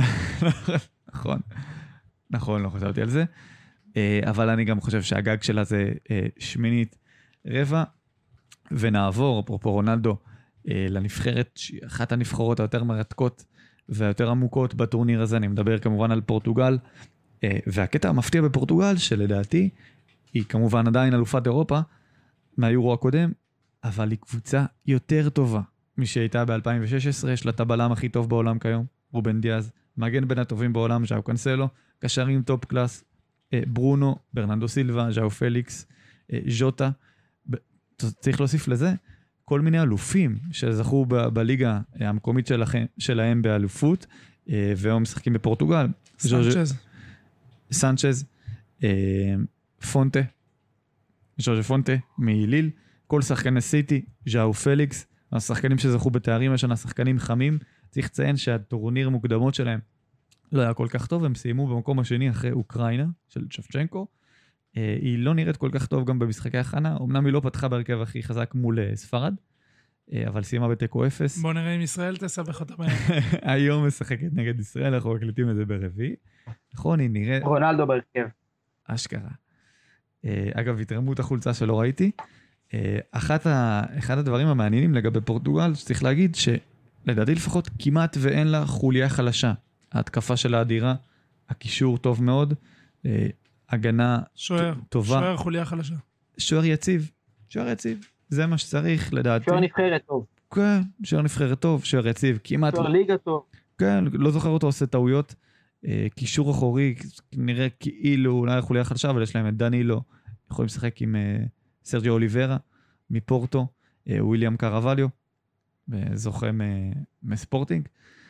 נכון, לא חשבתי על זה. אבל אני גם חושב שהגג שלה זה שמינית רבע, ונעבור, אפרופו רונלדו, לנבחרת, שהיא אחת הנבחרות היותר מרתקות והיותר עמוקות בטורניר הזה, אני מדבר כמובן על פורטוגל, והקטע המפתיע בפורטוגל, שלדעתי, היא כמובן עדיין אלופת אירופה, מהיורו הקודם, אבל היא קבוצה יותר טובה, מי שהייתה ב-2016, יש לה את הבלם הכי טוב בעולם כיום, רובן דיאז, מגן בין הטובים בעולם, ז'או קנסלו, קשרים טופ קלאס, ברונו, ברננדו סילבה, ז'או פליקס, ז'וטה, צריך להוסיף לזה, כל מיני אלופים שזכו בליגה המקומית שלהם באלופות, והם משחקים בפורטוגל. סנצ'ז. פונטה, ז'וז'ה פונטה מליל, כל שחקני סיטי, ז'או פליקס, השחקנים שזכו בתארים, יש לנו שחקנים חמים, צריך לציין שהטורניר מוקדמות שלהם לא היה כל כך טוב, הם סיימו במקום השני אחרי אוקראינה של שבצ'נקו, היא לא נראית כל כך טוב גם במשחקי הכנה, אמנם היא לא פתחה בהרכב הכי חזק מול ספרד, אבל סיימה בתיקו 0. בוא נראה אם ישראל תסבך אותה בהם. היום משחקת נגד ישראל, אנחנו מקליטים את זה ברביעי. נכון, היא נראית... רונלדו בהרכב. אשכרה. אגב, התרמו את החולצה שלא ראיתי. אחד הדברים המעניינים לגבי פורטוגל, שצריך להגיד שלדעתי לפחות כמעט ואין לה חוליה חלשה. ההתקפה שלה אדירה, הקישור טוב מאוד, הגנה טובה. שוער חוליה חלשה. שוער יציב. זה מה שצריך לדעתי. שוער נבחרת טוב. כן, שוער נבחרת טוב, שוער יציב, כמעט... שוער ליגה טוב. כן, לא זוכר אותו עושה טעויות. קישור אחורי, נראה כאילו אולי חוליה חלשה, אבל יש להם את דנילו, יכולים לשחק עם סרג'יו אוליברה מפורטו, וויליאם קרווליו, זוכה מספורטינג.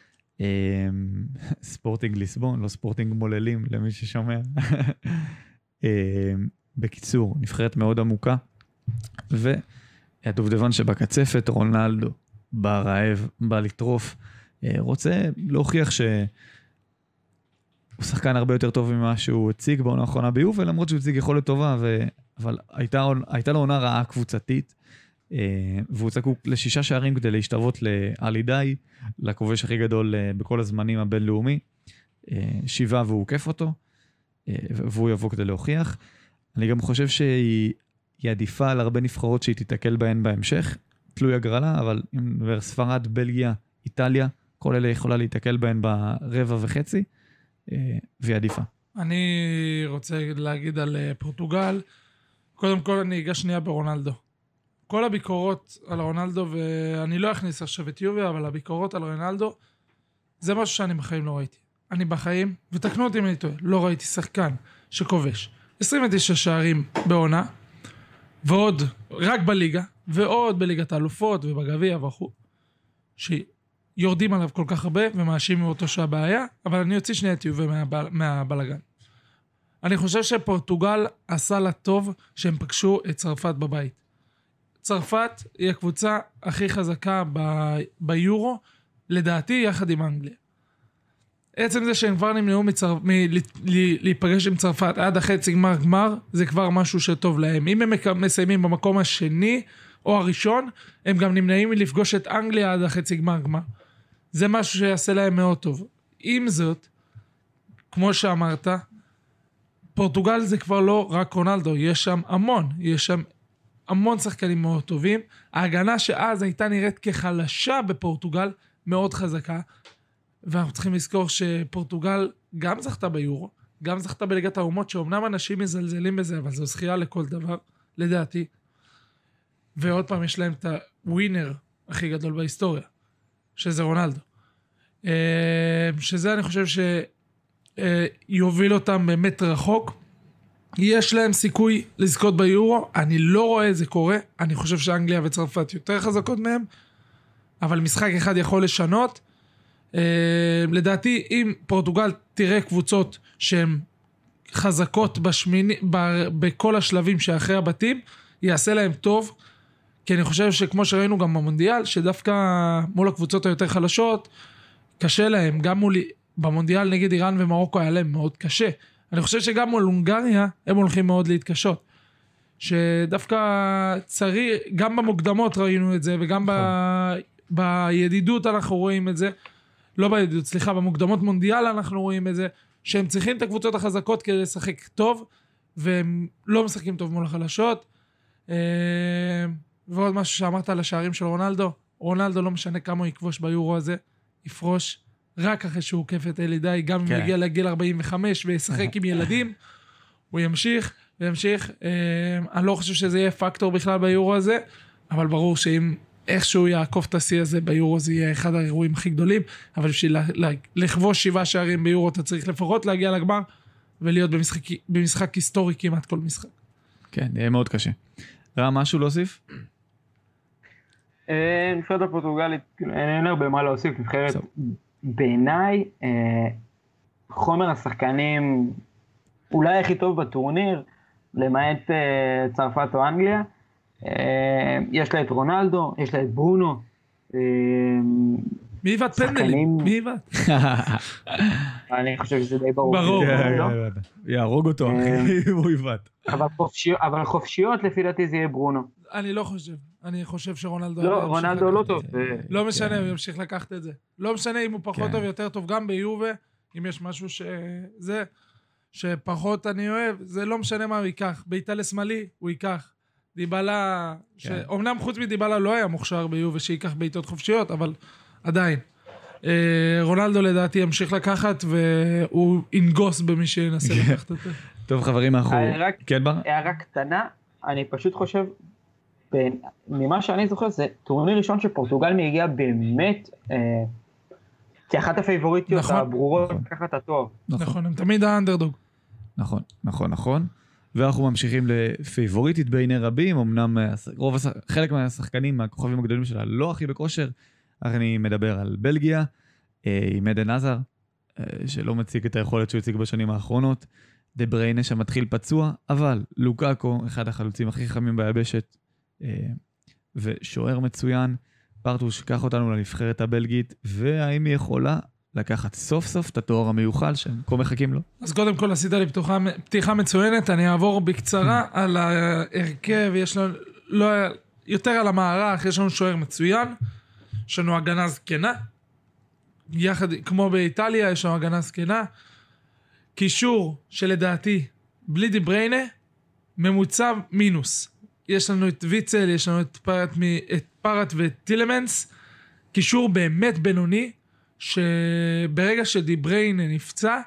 ספורטינג ליסבון, לא ספורטינג מוללים למי ששומע. בקיצור, נבחרת מאוד עמוקה, והדובדבן שבקצפת, רונלדו, בא רעב, בא לטרוף, רוצה להוכיח שהוא שחקן הרבה יותר טוב ממה שהוא הציג בעונה האחרונה ביובל, למרות שהוא הציג יכולת טובה, אבל הייתה לו עונה רעה קבוצתית, והוא צקוק ל6 שערים כדי להשתוות לאלידאי, לכובש הכי גדול בכל הזמנים הבינלאומי, 7 והוא עוקף אותו, והוא יבוא כדי להוכיח. אני גם חושב שהיא עדיפה על הרבה נבחרות שהיא תתקל בהן בהמשך, תלוי הגרלה, אבל אם נדבר ספרד, בלגיה, איטליה, כל אלה יכולה להתקל בהן ברבע וחצי, והיא עדיפה. אני רוצה להגיד על פורטוגל, קודם כל אני אגש שנייה ברונלדו. כל הביקורות על רונלדו, ואני לא אכניס עכשיו את יובי, אבל הביקורות על רונלדו, זה משהו שאני בחיים לא ראיתי. אני בחיים, ותקנו אותי אם אני טועה, לא ראיתי שחקן שכובש 29 שערים בעונה, ועוד רק בליגה, ועוד בליגת האלופות ובגביע וכו', שיורדים עליו כל כך הרבה ומאשימים אותו שהבעיה, אבל אני יוציא שנייה את יובי מהבלגן. אני חושב שפורטוגל עשה לה טוב שהם פגשו את צרפת בבית. צרפת היא הקבוצה הכי חזקה ביורו, לדעתי יחד עם אנגליה. עצם זה שהם כבר נמנעו להיפגש עם צרפת עד החצי גמר, זה כבר משהו שטוב להם. אם הם מסיימים במקום השני או הראשון, הם גם נמנעים מלפגוש את אנגליה עד החצי גמר. זה משהו שיעשה להם מאוד טוב. עם זאת, כמו שאמרת, פורטוגל זה כבר לא רק רונלדו, יש שם המון שחקנים מאוד טובים. ההגנה שאז הייתה נראית כחלשה בפורטוגל, מאוד חזקה, ואנחנו צריכים לזכור שפורטוגל גם זכתה ביורו, גם זכתה בליגת האומות, שאומנם אנשים מזלזלים בזה, אבל זו זכייה לכל דבר, לדעתי. ועוד פעם יש להם את הווינר הכי גדול בהיסטוריה, שזה רונלדו. שזה אני חושב שיוביל אותם באמת רחוק. יש להם סיכוי לזכות ביורו, אני לא רואה את זה קורה, אני חושב שאנגליה וצרפת יותר חזקות מהם, אבל משחק אחד יכול לשנות. לדעתי, אם פורטוגל תראה קבוצות שהן חזקות בכל השלבים שאחרי הבתים, יעשה להם טוב, כי אני חושב שכמו שראינו גם במונדיאל, שדווקא מול הקבוצות היותר חלשות, קשה להם, גם במונדיאל נגד איראן ומרוקו היה להם מאוד קשה. אני חושב שגם מול הונגריה הם הולכים מאוד להתקשות. שדווקא צריך, גם במוקדמות ראינו את זה, וגם בידידות אנחנו רואים את זה, לא בידידות, סליחה, במוקדמות מונדיאל אנחנו רואים את זה, שהם צריכים את הקבוצות החזקות כדי לשחק טוב, והם לא משחקים טוב מול החלשות. ועוד משהו שאמרת על השערים של רונלדו, רונלדו לא משנה כמה הוא יכבוש ביורו הזה, יפרוש רק אחרי שהוא עוקף את אלידאי, גם אם יגיע לגיל 45 וישחק עם ילדים, הוא ימשיך וימשיך. אני לא חושב שזה יהיה פקטור בכלל ביורו הזה, אבל ברור שאם איכשהו יעקוף את השיא הזה ביורו, זה יהיה אחד האירועים הכי גדולים, אבל בשביל לכבוש 7 שערים ביורו, אתה צריך לפחות להגיע לגמר, ולהיות במשחק היסטורי כמעט כל משחק. כן, יהיה מאוד קשה. רע, משהו להוסיף? נבחרת הפורטוגלית, אין הרבה מה להוסיף, נבחרת בעיניי, חומר השחקנים אולי הכי טוב בטורניר, למעט צרפת או אנגליה. יש לה את רונלדו, יש לה את ברונו. מי יבט פנדלים? מי יבט? אני חושב שזה די ברור. ברור. יהרוג אותו, אחי, הוא יבט. אבל חופשיות לפי דעתי זה יהיה ברונו. אני לא חושב. אני חושב שרונלדו... לא, רונלדו לא טוב. לא משנה, הוא ימשיך לקחת את זה. לא משנה אם הוא פחות טוב, יותר טוב, גם ביובה, אם יש משהו שזה, שפחות אני אוהב, זה לא משנה מה הוא ייקח. בעיטה לשמאלי, הוא ייקח. דיבלה, אומנם חוץ מדיבלה לא היה מוכשר ביובה שיקח בעיטות חופשיות, אבל עדיין. רונלדו לדעתי ימשיך לקחת, והוא ינגוס במי שינסה לקחת את זה. טוב, חברים, אנחנו... כן, בר? הערה קטנה, אני פשוט חושב, ממה שאני זוכר, זה טורניר ראשון שפורטוגל מגיעה באמת, כאחת הפייבוריטיות הברורות לקחת התואר. נכון, הם תמיד האנדרדוג. נכון. ואנחנו ממשיכים לפייבוריטית בעיני רבים, אמנם חלק מהשחקנים, מהכוכבים הגדולים שלה, לא הכי בכושר, אני מדבר על בלגיה, עם עדן עזר, שלא מציג את היכולת שהוא הציג בשנים האחרונות, דה בריינה שמתחיל פצוע, אבל לוקאקו, אחד החלוצים הכי חכמים ביבשת, ושוער מצוין, פרטוש, קח אותנו לנבחרת הבלגית, והאם היא יכולה לקחת סוף סוף את התואר המיוחל שכה מחכים לו? אז קודם כל עשית לי פתיחה מצוינת, אני אעבור בקצרה על ההרכב, יש לנו, יותר על המערך, יש לנו שוער מצוין, יש לנו הגנה זקנה, יחד, כמו באיטליה, יש לנו הגנה זקנה, קישור שלדעתי, בלי דה בריינה, ממוצע מינוס. יש לנו את ויצל, יש לנו את פארט ואת טילמנס, קישור באמת בינוני, שברגע שדה בריינה נפצע,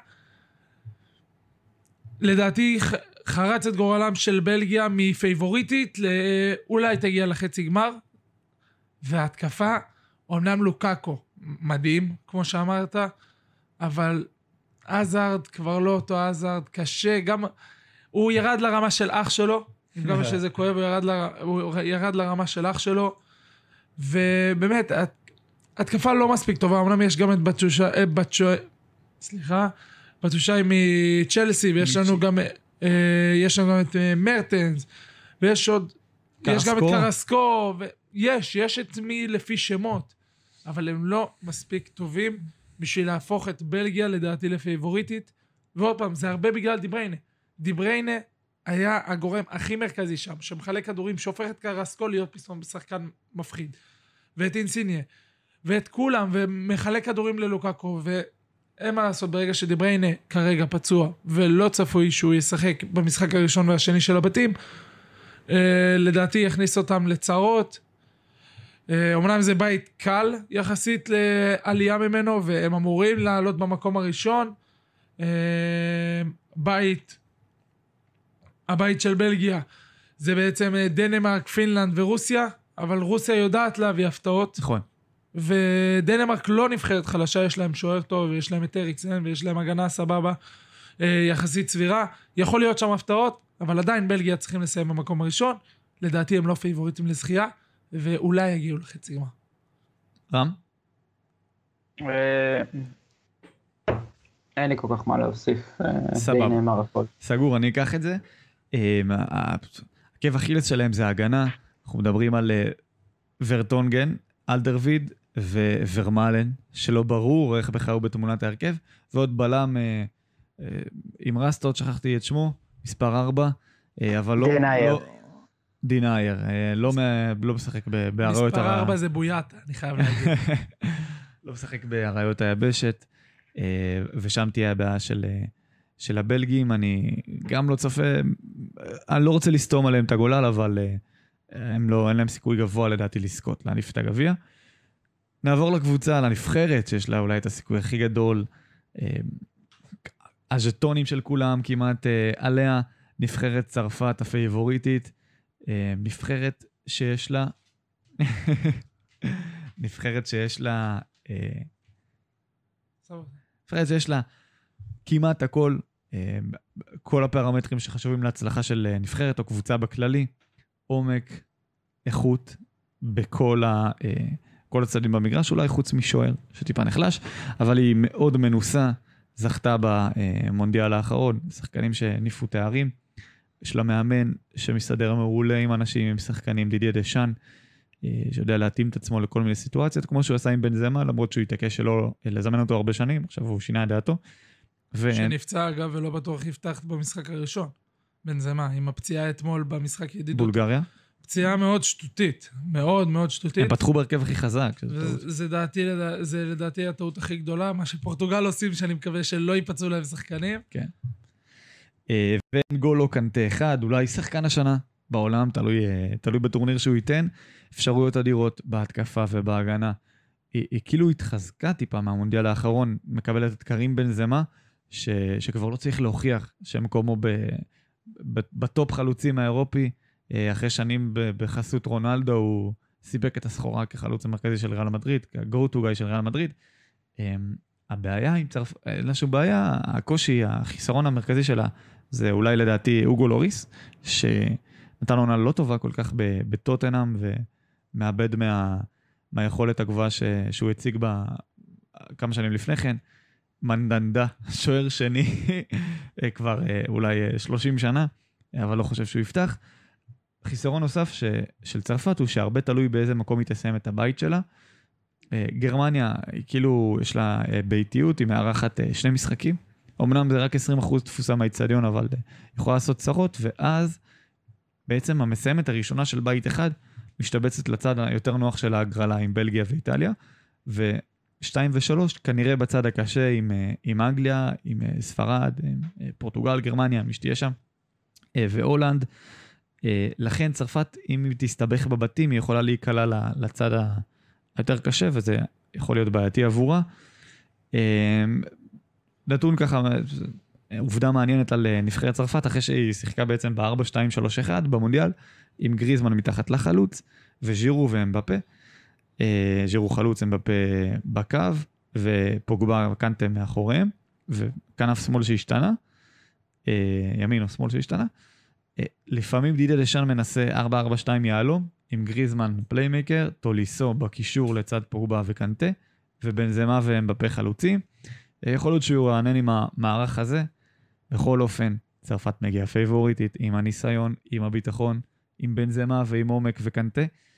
לדעתי חרץ את גורלם של בלגיה מפייבוריטית, אולי תגיע לחצי גמר, וההתקפה, אומנם לוקאקו מדהים, כמו שאמרת, אבל עזארד כבר לא אותו עזארד, קשה, גם הוא ירד לרמה של אח שלו, גם שזה כואב, הוא ירד לרמה של אח שלו, ובאמת, התקפה לא מספיק טובה, אמנם יש גם את בטושי מצ'לסי, ויש לנו גם את מרטנס, ויש עוד, יש גם את קרסקו, יש את מי לפי שמות, אבל הם לא מספיק טובים בשביל להפוך את בלגיה לדעתי לפייבוריטית, ועוד פעם, זה הרבה בגלל דה בריינה. דה בריינה היה הגורם הכי מרכזי שם, שמחלק כדורים, שהופך את קרסקו להיות פתאום בשחקן מפחיד, ואת אינסיניה, ואת כולם, ומחלק כדורים ללוקאקו, ואין מה לעשות ברגע שדה בריינה כרגע פצוע, ולא צפוי שהוא ישחק במשחק הראשון והשני של הבתים, לדעתי יכניס אותם לצרות, אומנם זה בית קל יחסית לעלייה ממנו, והם אמורים לעלות במקום הראשון, הבית של בלגיה, זה בעצם דנמרק, פינלנד ורוסיה, אבל רוסיה יודעת להביא הפתעות. נכון. ודנמרק לא נבחרת חלשה, יש להם שוער טוב, ויש להם את אריקסן, ויש להם הגנה סבבה, יחסית סבירה. יכול להיות שם הפתעות, אבל עדיין בלגיה צריכים לסיים במקום הראשון. לדעתי הם לא פייבוריטים לזכייה, ואולי יגיעו לחצי גמר. רם? אין לי כל כך מה להוסיף. סבבה. סגור, אני אקח את זה. עקב אכילס שלהם זה ההגנה. אנחנו מדברים על ורטונגן, אלדרוויד וורמלן, שלא ברור איך בכלל הוא בתמונת ההרכב, ועוד בלם עם רסטות, שכחתי את שמו, מספר 4, אבל לא... דינאייר, לא משחק בהרעיות... מספר 4 זה בויאטה, אני חייב להגיד. לא משחק בהרעיות היבשת, ושם תהיה הבעיה של הבלגים, אני גם לא צופה, אני לא רוצה לסתום עליהם את הגולל, אבל אין להם סיכוי גבוה לדעתי לזכות, להניף את הגביע. נעבור לקבוצה, לנבחרת, שיש לה אולי את הסיכוי הכי גדול, הז'טונים של כולם כמעט עליה, נבחרת צרפת הפייבוריטית, נבחרת שיש לה, נבחרת שיש לה כמעט הכל, כל הפרמטרים שחשובים להצלחה של נבחרת או קבוצה בכללי, עומק, איכות, בכל כל הצדדים במגרש, אולי חוץ משוער, שטיפה נחלש, אבל היא מאוד מנוסה, זכתה במונדיאל האחרון, שחקנים שניפו תארים, יש לה מאמן שמסתדר מעולה עם אנשים, עם שחקנים, דידיה דשאן, שיודע להתאים את עצמו לכל מיני סיטואציות, כמו שהוא עשה עם בנזמה, למרות שהוא התעקש שלא לזמן אותו הרבה שנים, עכשיו הוא שינה את דעתו. שנפצע אגב ולא בטוח יפתח במשחק הראשון, בנזמה, עם הפציעה אתמול במשחק ידידות. בולגריה? פציעה מאוד שטותית, מאוד מאוד שטותית. הם פתחו בהרכב הכי חזק. זה לדעתי הטעות הכי גדולה, מה שפורטוגל עושים, שאני מקווה שלא ייפצעו להם שחקנים. כן. ונגולו קנטה אחד, אולי שחקן השנה בעולם, תלוי בטורניר שהוא ייתן, אפשרויות אדירות בהתקפה ובהגנה. היא כאילו התחזקה טיפה מהמונדיאל האחרון, מקבלת את קרים בנזמה, שכבר לא צריך להוכיח שמקומו בטופ חלוצים האירופי, אחרי שנים בחסות רונלדו, הוא סיפק את הסחורה כחלוץ המרכזי של ריאל מדריד, כ-go to guy של ריאל מדריד. הבעיה, אין לה שום בעיה, הקושי, החיסרון המרכזי שלה, זה אולי לדעתי אוגו לוריס, שנתן עונה לא טובה כל כך בטוטנהאם, ומאבד מהיכולת הגבוהה שהוא הציג בה כמה שנים לפני כן. מנדנדה, שוער שני, כבר אולי 30 שנה, אבל לא חושב שהוא יפתח. חיסרון נוסף של צרפת הוא שהרבה תלוי באיזה מקום היא תסיים את הבית שלה. גרמניה, כאילו יש לה ביתיות, היא מארחת 2 משחקים. אמנם זה רק 20% תפוסה מהאצטדיון, אבל יכולה לעשות צרות, ואז בעצם המסיימת הראשונה של בית אחד משתבצת לצד היותר נוח של ההגרלה עם בלגיה ואיטליה, ו2 ו3 כנראה בצד הקשה עם אנגליה, עם ספרד, עם פורטוגל, גרמניה, מי שתהיה שם, והולנד. לכן צרפת, אם היא תסתבך בבתים, היא יכולה להיקלה לצד היותר קשה, וזה יכול להיות בעייתי עבורה. נתון ככה, עובדה מעניינת על נבחרת צרפת, אחרי שהיא שיחקה בעצם ב-4-2-3-1 במונדיאל, עם גריזמן מתחת לחלוץ, וז'ירו ואמבפה. ז'ירו חלוץ, אמבפה בקו, ופוגבה קנטה מאחוריהם, וכנף שמאל שהשתנה, ימין או שמאל שהשתנה. לפעמים דידיה דשאן מנסה 4-4-2 יעלום, עם גריזמן פליימקר, טוליסו בקישור לצד פוגבה וקנטה, ובנזמה ואמבפה חלוצים. יכול להיות שהוא ירענן עם המערך הזה. בכל אופן, צרפת מגיעה פייבוריטית, עם הניסיון, עם הביטחון, עם בנזמה ועם עומק וקנטה.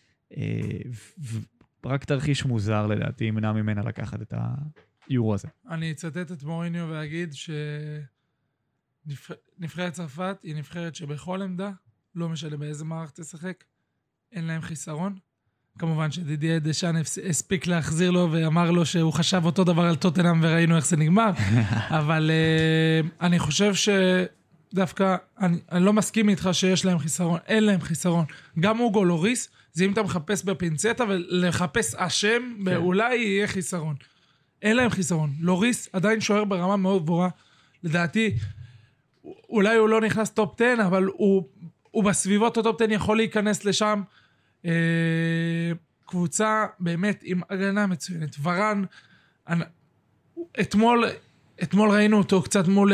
רק תרחיש מוזר לדעתי, ימנע ממנה לקחת את היורו הזה. אני אצטט את מוריניו ואגיד נבחרת צרפת היא נבחרת שבכל עמדה, לא משנה באיזה מערך תשחק, אין להם חיסרון. כמובן שדידיה דשאן הספיק להחזיר לו ואמר לו שהוא חשב אותו דבר על טוטנהאם וראינו איך זה נגמר. אבל אני חושב שדווקא, אני לא מסכים איתך שיש להם חיסרון, אין להם חיסרון. גם אוגו לוריס, זה אם אתה מחפש בפינצטה ולחפש אשם, ואולי יהיה חיסרון. אין להם חיסרון. לוריס עדיין שוער ברמה מאוד גבוהה. לדעתי, אולי הוא לא נכנס טופ 10, אבל הוא בסביבות הטופ 10 יכול להיכנס לשם. קבוצה באמת עם הגנה מצוינת. ורן, אתמול ראינו אותו קצת מול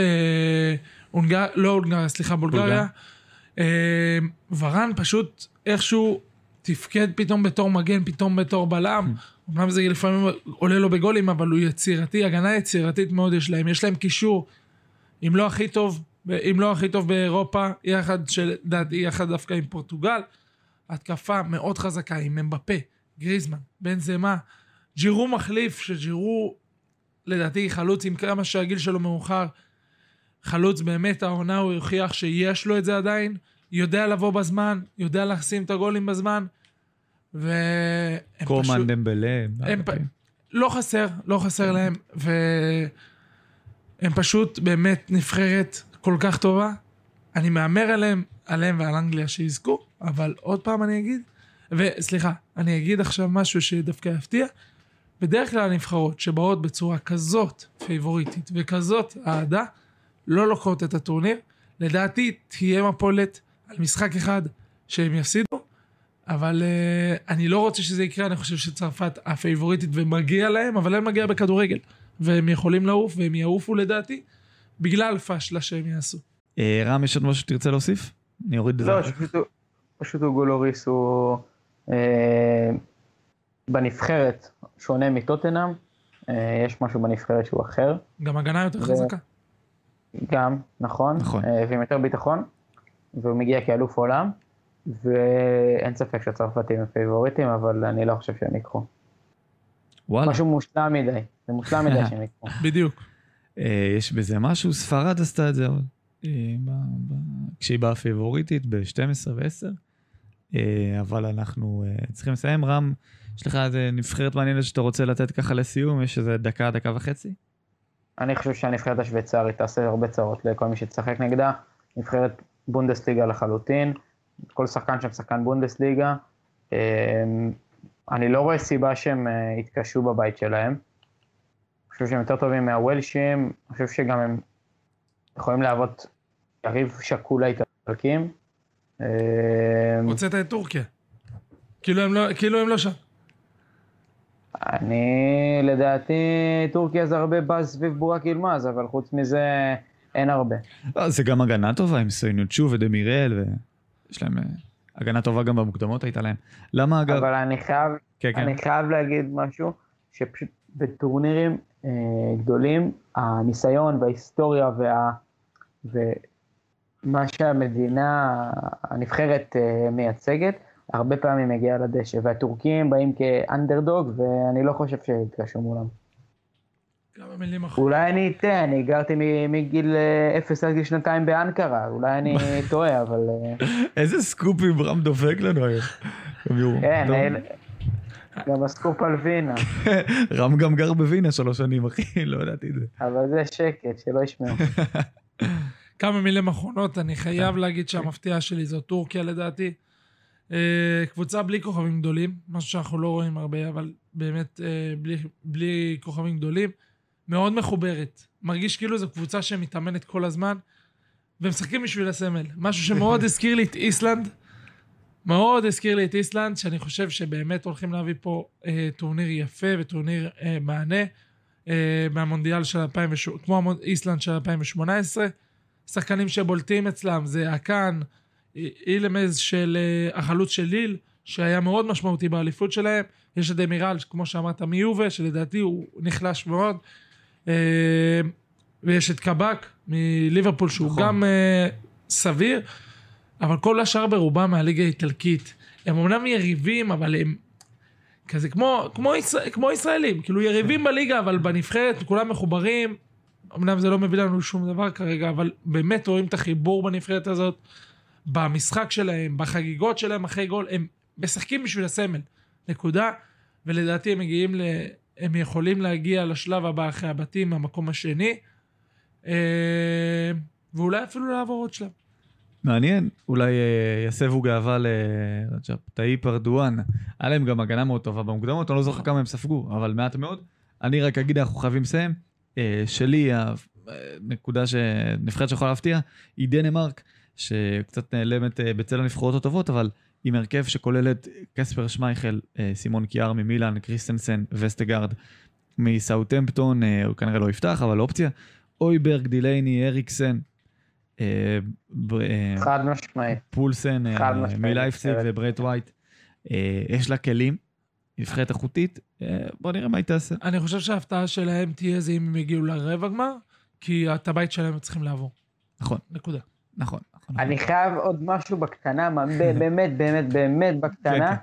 בולגריה. ורן פשוט איכשהו תפקד פתאום בתור מגן, פתאום בתור בלם. אמנם זה לפעמים עולה לו בגולים, אבל הוא יצירתי, הגנה יצירתית מאוד יש להם. יש להם קישור, אם לא הכי טוב באירופה, יחד דווקא עם פורטוגל. התקפה מאוד חזקה עם אמבפה, גריזמן, בנזמה, ג'ירו מחליף, שג'ירו לדעתי חלוץ עם כמה שהגיל שלו מאוחר, חלוץ באמת העונה הוא יוכיח שיש לו את זה עדיין, יודע לבוא בזמן, יודע לשים את הגולים בזמן, והם פשוט... קומן דמבלה. לא חסר להם, והם פשוט באמת נבחרת כל כך טובה, אני מאמר עליהם ועל אנגליה שיזכו, אבל עוד פעם אני אגיד, וסליחה, אני אגיד עכשיו משהו שדווקא יפתיע, בדרך כלל הנבחרות שבאות בצורה כזאת פייבוריטית וכזאת אהדה, לא לוקחות את הטורניר, לדעתי תהיה מפולת על משחק אחד שהם יפסידו, אבל אני לא רוצה שזה יקרה, אני חושב שצרפת הפייבוריטית ומגיע להם, אבל הם מגיע בכדורגל, והם יכולים לעוף והם יעופו לדעתי, בגלל פשלה שהם יעשו. רם, יש עוד משהו שתרצה להוסיף? אני אוריד את זה. לא, פשוט אוגו לוריס הוא בנבחרת שונה מטוטנהאם, יש משהו בנבחרת שהוא אחר. גם הגנה יותר חזקה. גם, נכון. ועם יותר ביטחון, והוא מגיע כאלוף עולם, ואין ספק שהצרפתים הם פייבוריטים, אבל אני לא חושב שהם יקחו. וואלה. משהו מושלם מדי, זה מושלם מדי שהם יקחו. בדיוק. יש בזה משהו, ספרד עשתה את זה, כשהיא באה פייבוריטית ב-12 ו-10, אבל אנחנו צריכים לסיים. רם, יש לך איזה נבחרת מעניינת שאתה רוצה לתת ככה לסיום? יש איזה דקה, דקה וחצי? אני חושב שהנבחרת השוויצרית תעשה הרבה צרות לכל מי שתשחק נגדה. נבחרת בונדסליגה לחלוטין, כל שחקן שם שחקן בונדסליגה. אני לא רואה סיבה שהם יתקשו בבית שלהם. אני חושב שהם יותר טובים מהוולשים, אני חושב שגם הם יכולים להוות יריב שקול לאיטלקים. הוצאת את טורקיה. כאילו הם לא שם. לדעתי, טורקיה זה הרבה באז סביב בורק ילמז, אבל חוץ מזה אין הרבה. זה גם הגנה טובה עם סוינוצ'ו ודמירל, ויש להם הגנה טובה גם במוקדמות הייתה להם. למה אגב? אבל אני חייב להגיד משהו, שפשוט בטורנירים גדולים, הניסיון וההיסטוריה ומה שהמדינה, הנבחרת מייצגת, הרבה פעמים מגיעה לדשא, והטורקים באים כאנדרדוג, ואני לא חושב שהתקשו מולם. כמה מילים אחרות. אולי אני אטעה, אני גרתי מגיל 0 עד גיל 2 באנקרה, אולי אני טועה, אבל... איזה סקופים רם דופק לנו היום. כן, גם הסקופ על וינה. רם גם גר בווינה 3 שנים, אחי, לא ידעתי את זה. אבל זה שקט, שלא ישמעו. כמה מילים אחרונות, אני חייב להגיד שהמפתיעה שלי זו טורקיה לדעתי. קבוצה בלי כוכבים גדולים, משהו שאנחנו לא רואים הרבה, אבל באמת בלי כוכבים גדולים, מאוד מחוברת. מרגיש כאילו זו קבוצה שמתאמנת כל הזמן, ומשחקים בשביל הסמל. משהו שמאוד הזכיר לי את איסלנד, שאני חושב שבאמת הולכים להביא פה טורניר יפה וטורניר מענה, מהמונדיאל של 2008, כמו איסלנד של 2018, שחקנים שבולטים אצלם, זה אקן, אילמז של החלוץ של ליל, שהיה מאוד משמעותי באליפות שלהם, יש את דמירל, כמו שאמרת, מיובה, שלדעתי הוא נחלש מאוד, ויש את קבק מליברפול, שהוא גם סביר, אבל כל השאר ברובם מהליגה האיטלקית, הם אומנם יריבים, אבל הם כזה כמו ישראלים, כאילו יריבים בליגה, אבל בנבחרת כולם מחוברים, אמנם זה לא מביא לנו שום דבר כרגע, אבל באמת רואים את החיבור בנבחרת הזאת, במשחק שלהם, בחגיגות שלהם אחרי גול, הם משחקים בשביל הסמל, נקודה, ולדעתי הם יכולים להגיע לשלב הבא אחרי הבתים, מהמקום השני, ואולי אפילו לעבור עוד שלב. מעניין, אולי יסבו גאווה לרג'פ טאיפ ארדואן, היה להם גם הגנה מאוד טובה במוקדמות, אני לא זוכר כמה הם ספגו, אבל מעט מאוד. אני רק אגיד, אנחנו חייבים לסיים, שלי, הנקודה שנבחרת שיכולה להפתיע, היא דנמרק, שקצת נעלמת בצל הנבחרות הטובות, אבל עם הרכב שכולל את קספר שמייכל, סימון קיאר ממילן, קריסטנסן, וסטגארד מסאוטהמפטון, הוא כנראה לא יפתח, אבל אופציה, אויברג, דילייני, אריקסן, חד משמעית. פולסן מלייפציג וברט ווייט, יש לה כלים, נבחרת איכותית, בוא נראה מה היא תעשה. אני חושב שההפתעה שלהם תהיה זה אם הם יגיעו לרבע גמר, כי את הבית שלהם צריכים לעבור. נכון. נקודה. נכון. אני חייב עוד משהו בקטנה, באמת בקטנה.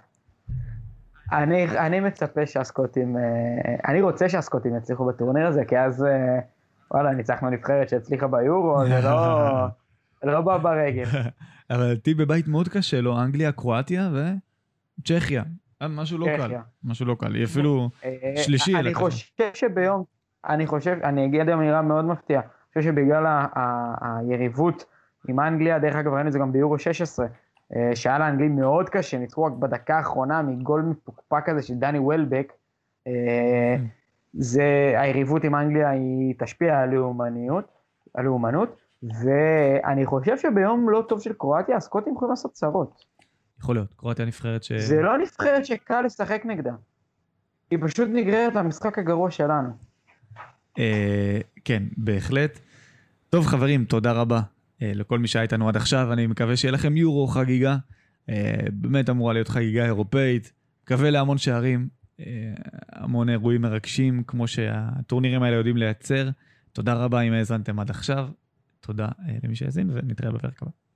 אני מצפה שהסקוטים, אני רוצה שהסקוטים יצליחו בטורניר הזה, כי אז, וואלה, ניצחנו נבחרת שהצליחה ביורו, זה לא בא ברגל. אבל תהי בבית מאוד קשה, לא? אנגליה, קרואטיה וצ'כיה. משהו לא קל, היא אפילו שלישי. אני אגיע לאמירה מאוד מפתיעה, אני חושב שבגלל היריבות עם אנגליה, דרך אגב ראינו את זה גם ביורו 16, שהיה לאנגלים מאוד קשה, ניצחו רק בדקה האחרונה מגול מפוקפק כזה של דני וולבק, היריבות עם אנגליה היא תשפיע על לאומנות, ואני חושב שביום לא טוב של קרואטיה, הסקוטים יכולים לעשות צרות. יכול להיות, קרואטיה נבחרת זה לא נבחרת שקל לשחק נגדה. היא פשוט נגררת למשחק הגרוע שלנו. כן, בהחלט. טוב חברים, תודה רבה לכל מי שהיה איתנו עד עכשיו. אני מקווה שיהיה לכם יורו חגיגה. באמת אמורה להיות חגיגה אירופאית. מקווה להמון שערים. המון אירועים מרגשים, כמו שהטורנירים האלה יודעים לייצר. תודה רבה אם האזנתם עד עכשיו. תודה למי שהאזין, ונתראה בפרק הבא.